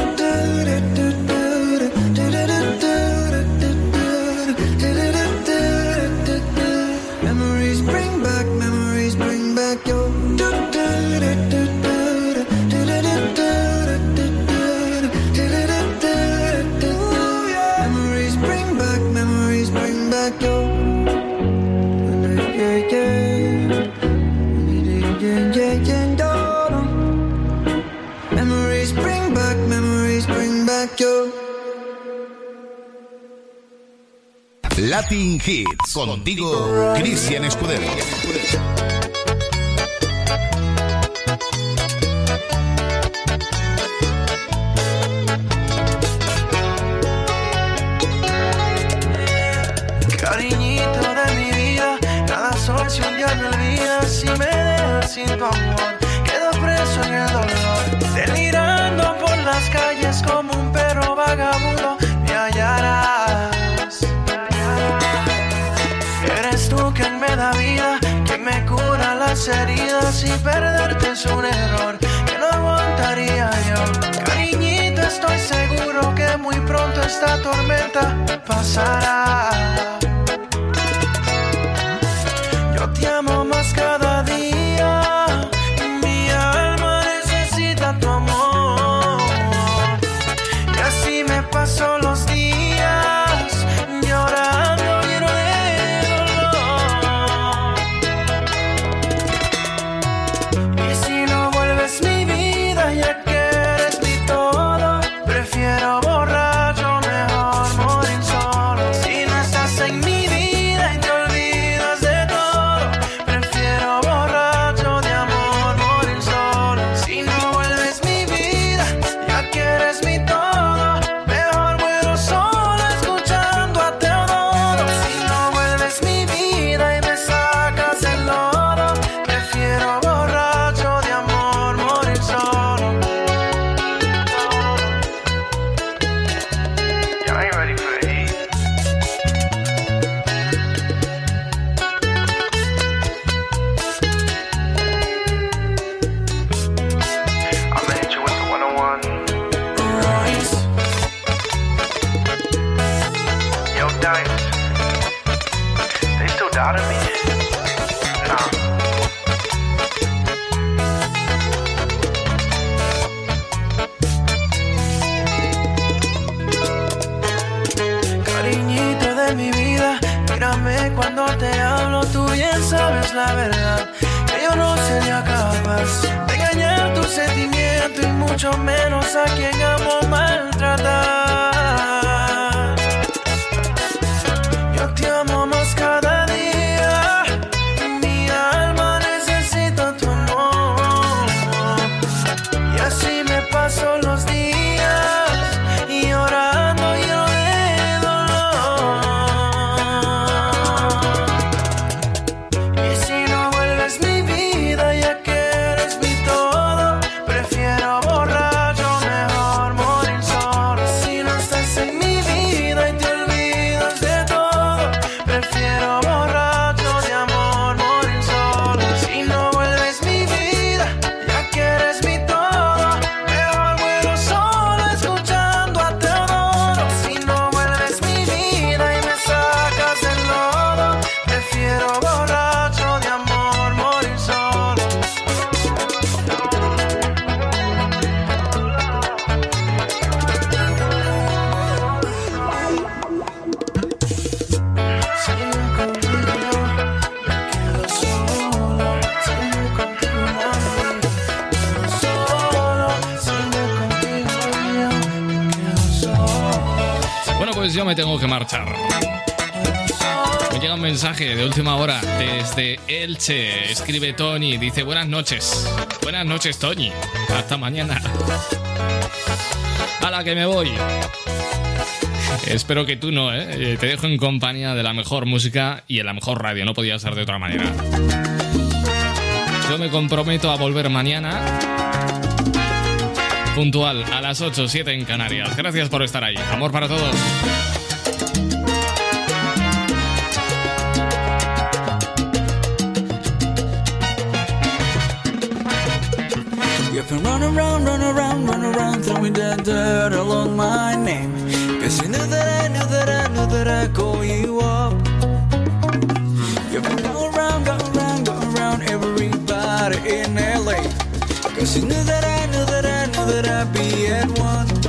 memories bring back your memories bring back your memories bring back your Latin Hits, contigo, Cristian Escudero. Cariñito de mi vida, cada sol si un día me olvidas, si me dejas sin tu amor, quedo preso en el dolor, delirando por las calles como un perro vagabundo, me hallarás. Eres tú quien me da vida, quien me cura las heridas, y perderte es un error que no aguantaría yo. Cariñito, estoy seguro que muy pronto esta tormenta pasará. Yo te amo más cada día, mi alma necesita tu amor, y así me paso los días llorando lleno de dolor. Y si no vuelves mi vida, ya que eres mi todo, prefiero borracho, mejor morir solo. Si no estás en mi vida y te olvidas de todo, prefiero borracho de amor morir solo. Si no vuelves mi vida, ya que eres mi todo, mejor muero solo escuchando a Teodoro. Si no vuelves mi vida y me sacas el lodo, prefiero borracho de amor morir solo. Y'all ain't ready for the heat. I'ma hit you with the 101. Royce. Yo, Dice. They still doubting me? Nah. Cariñito de mi vida, mírame cuando te hablo, tú bien sabes la verdad, que yo no sería capaz de engañar tu sentimiento, y mucho menos a quien amo maltratar. Yo te amo más cada día, mi alma necesita tu amor, y así me paso los días llorando lleno de dolor. Y si no vuelves mi vida, ya que eres mi todo, prefiero borracho, mejor morir solo. Si pues yo me tengo que marchar. Me llega un mensaje de última hora desde Elche. Escribe Tony, dice buenas noches. Buenas noches, Tony. Hasta mañana. A la que me voy. Espero que tú no, ¿eh? Te dejo en compañía de la mejor música y en la mejor radio. No podía ser de otra manera. Yo me comprometo a volver mañana puntual a las 8, 7 en Canarias. Gracias por estar ahí. Amor para todos. You've been running around, throwing that dirt along my name. Cause you knew that I'd call you up. You've been going round everybody in LA. Cause you knew that I'd be at one.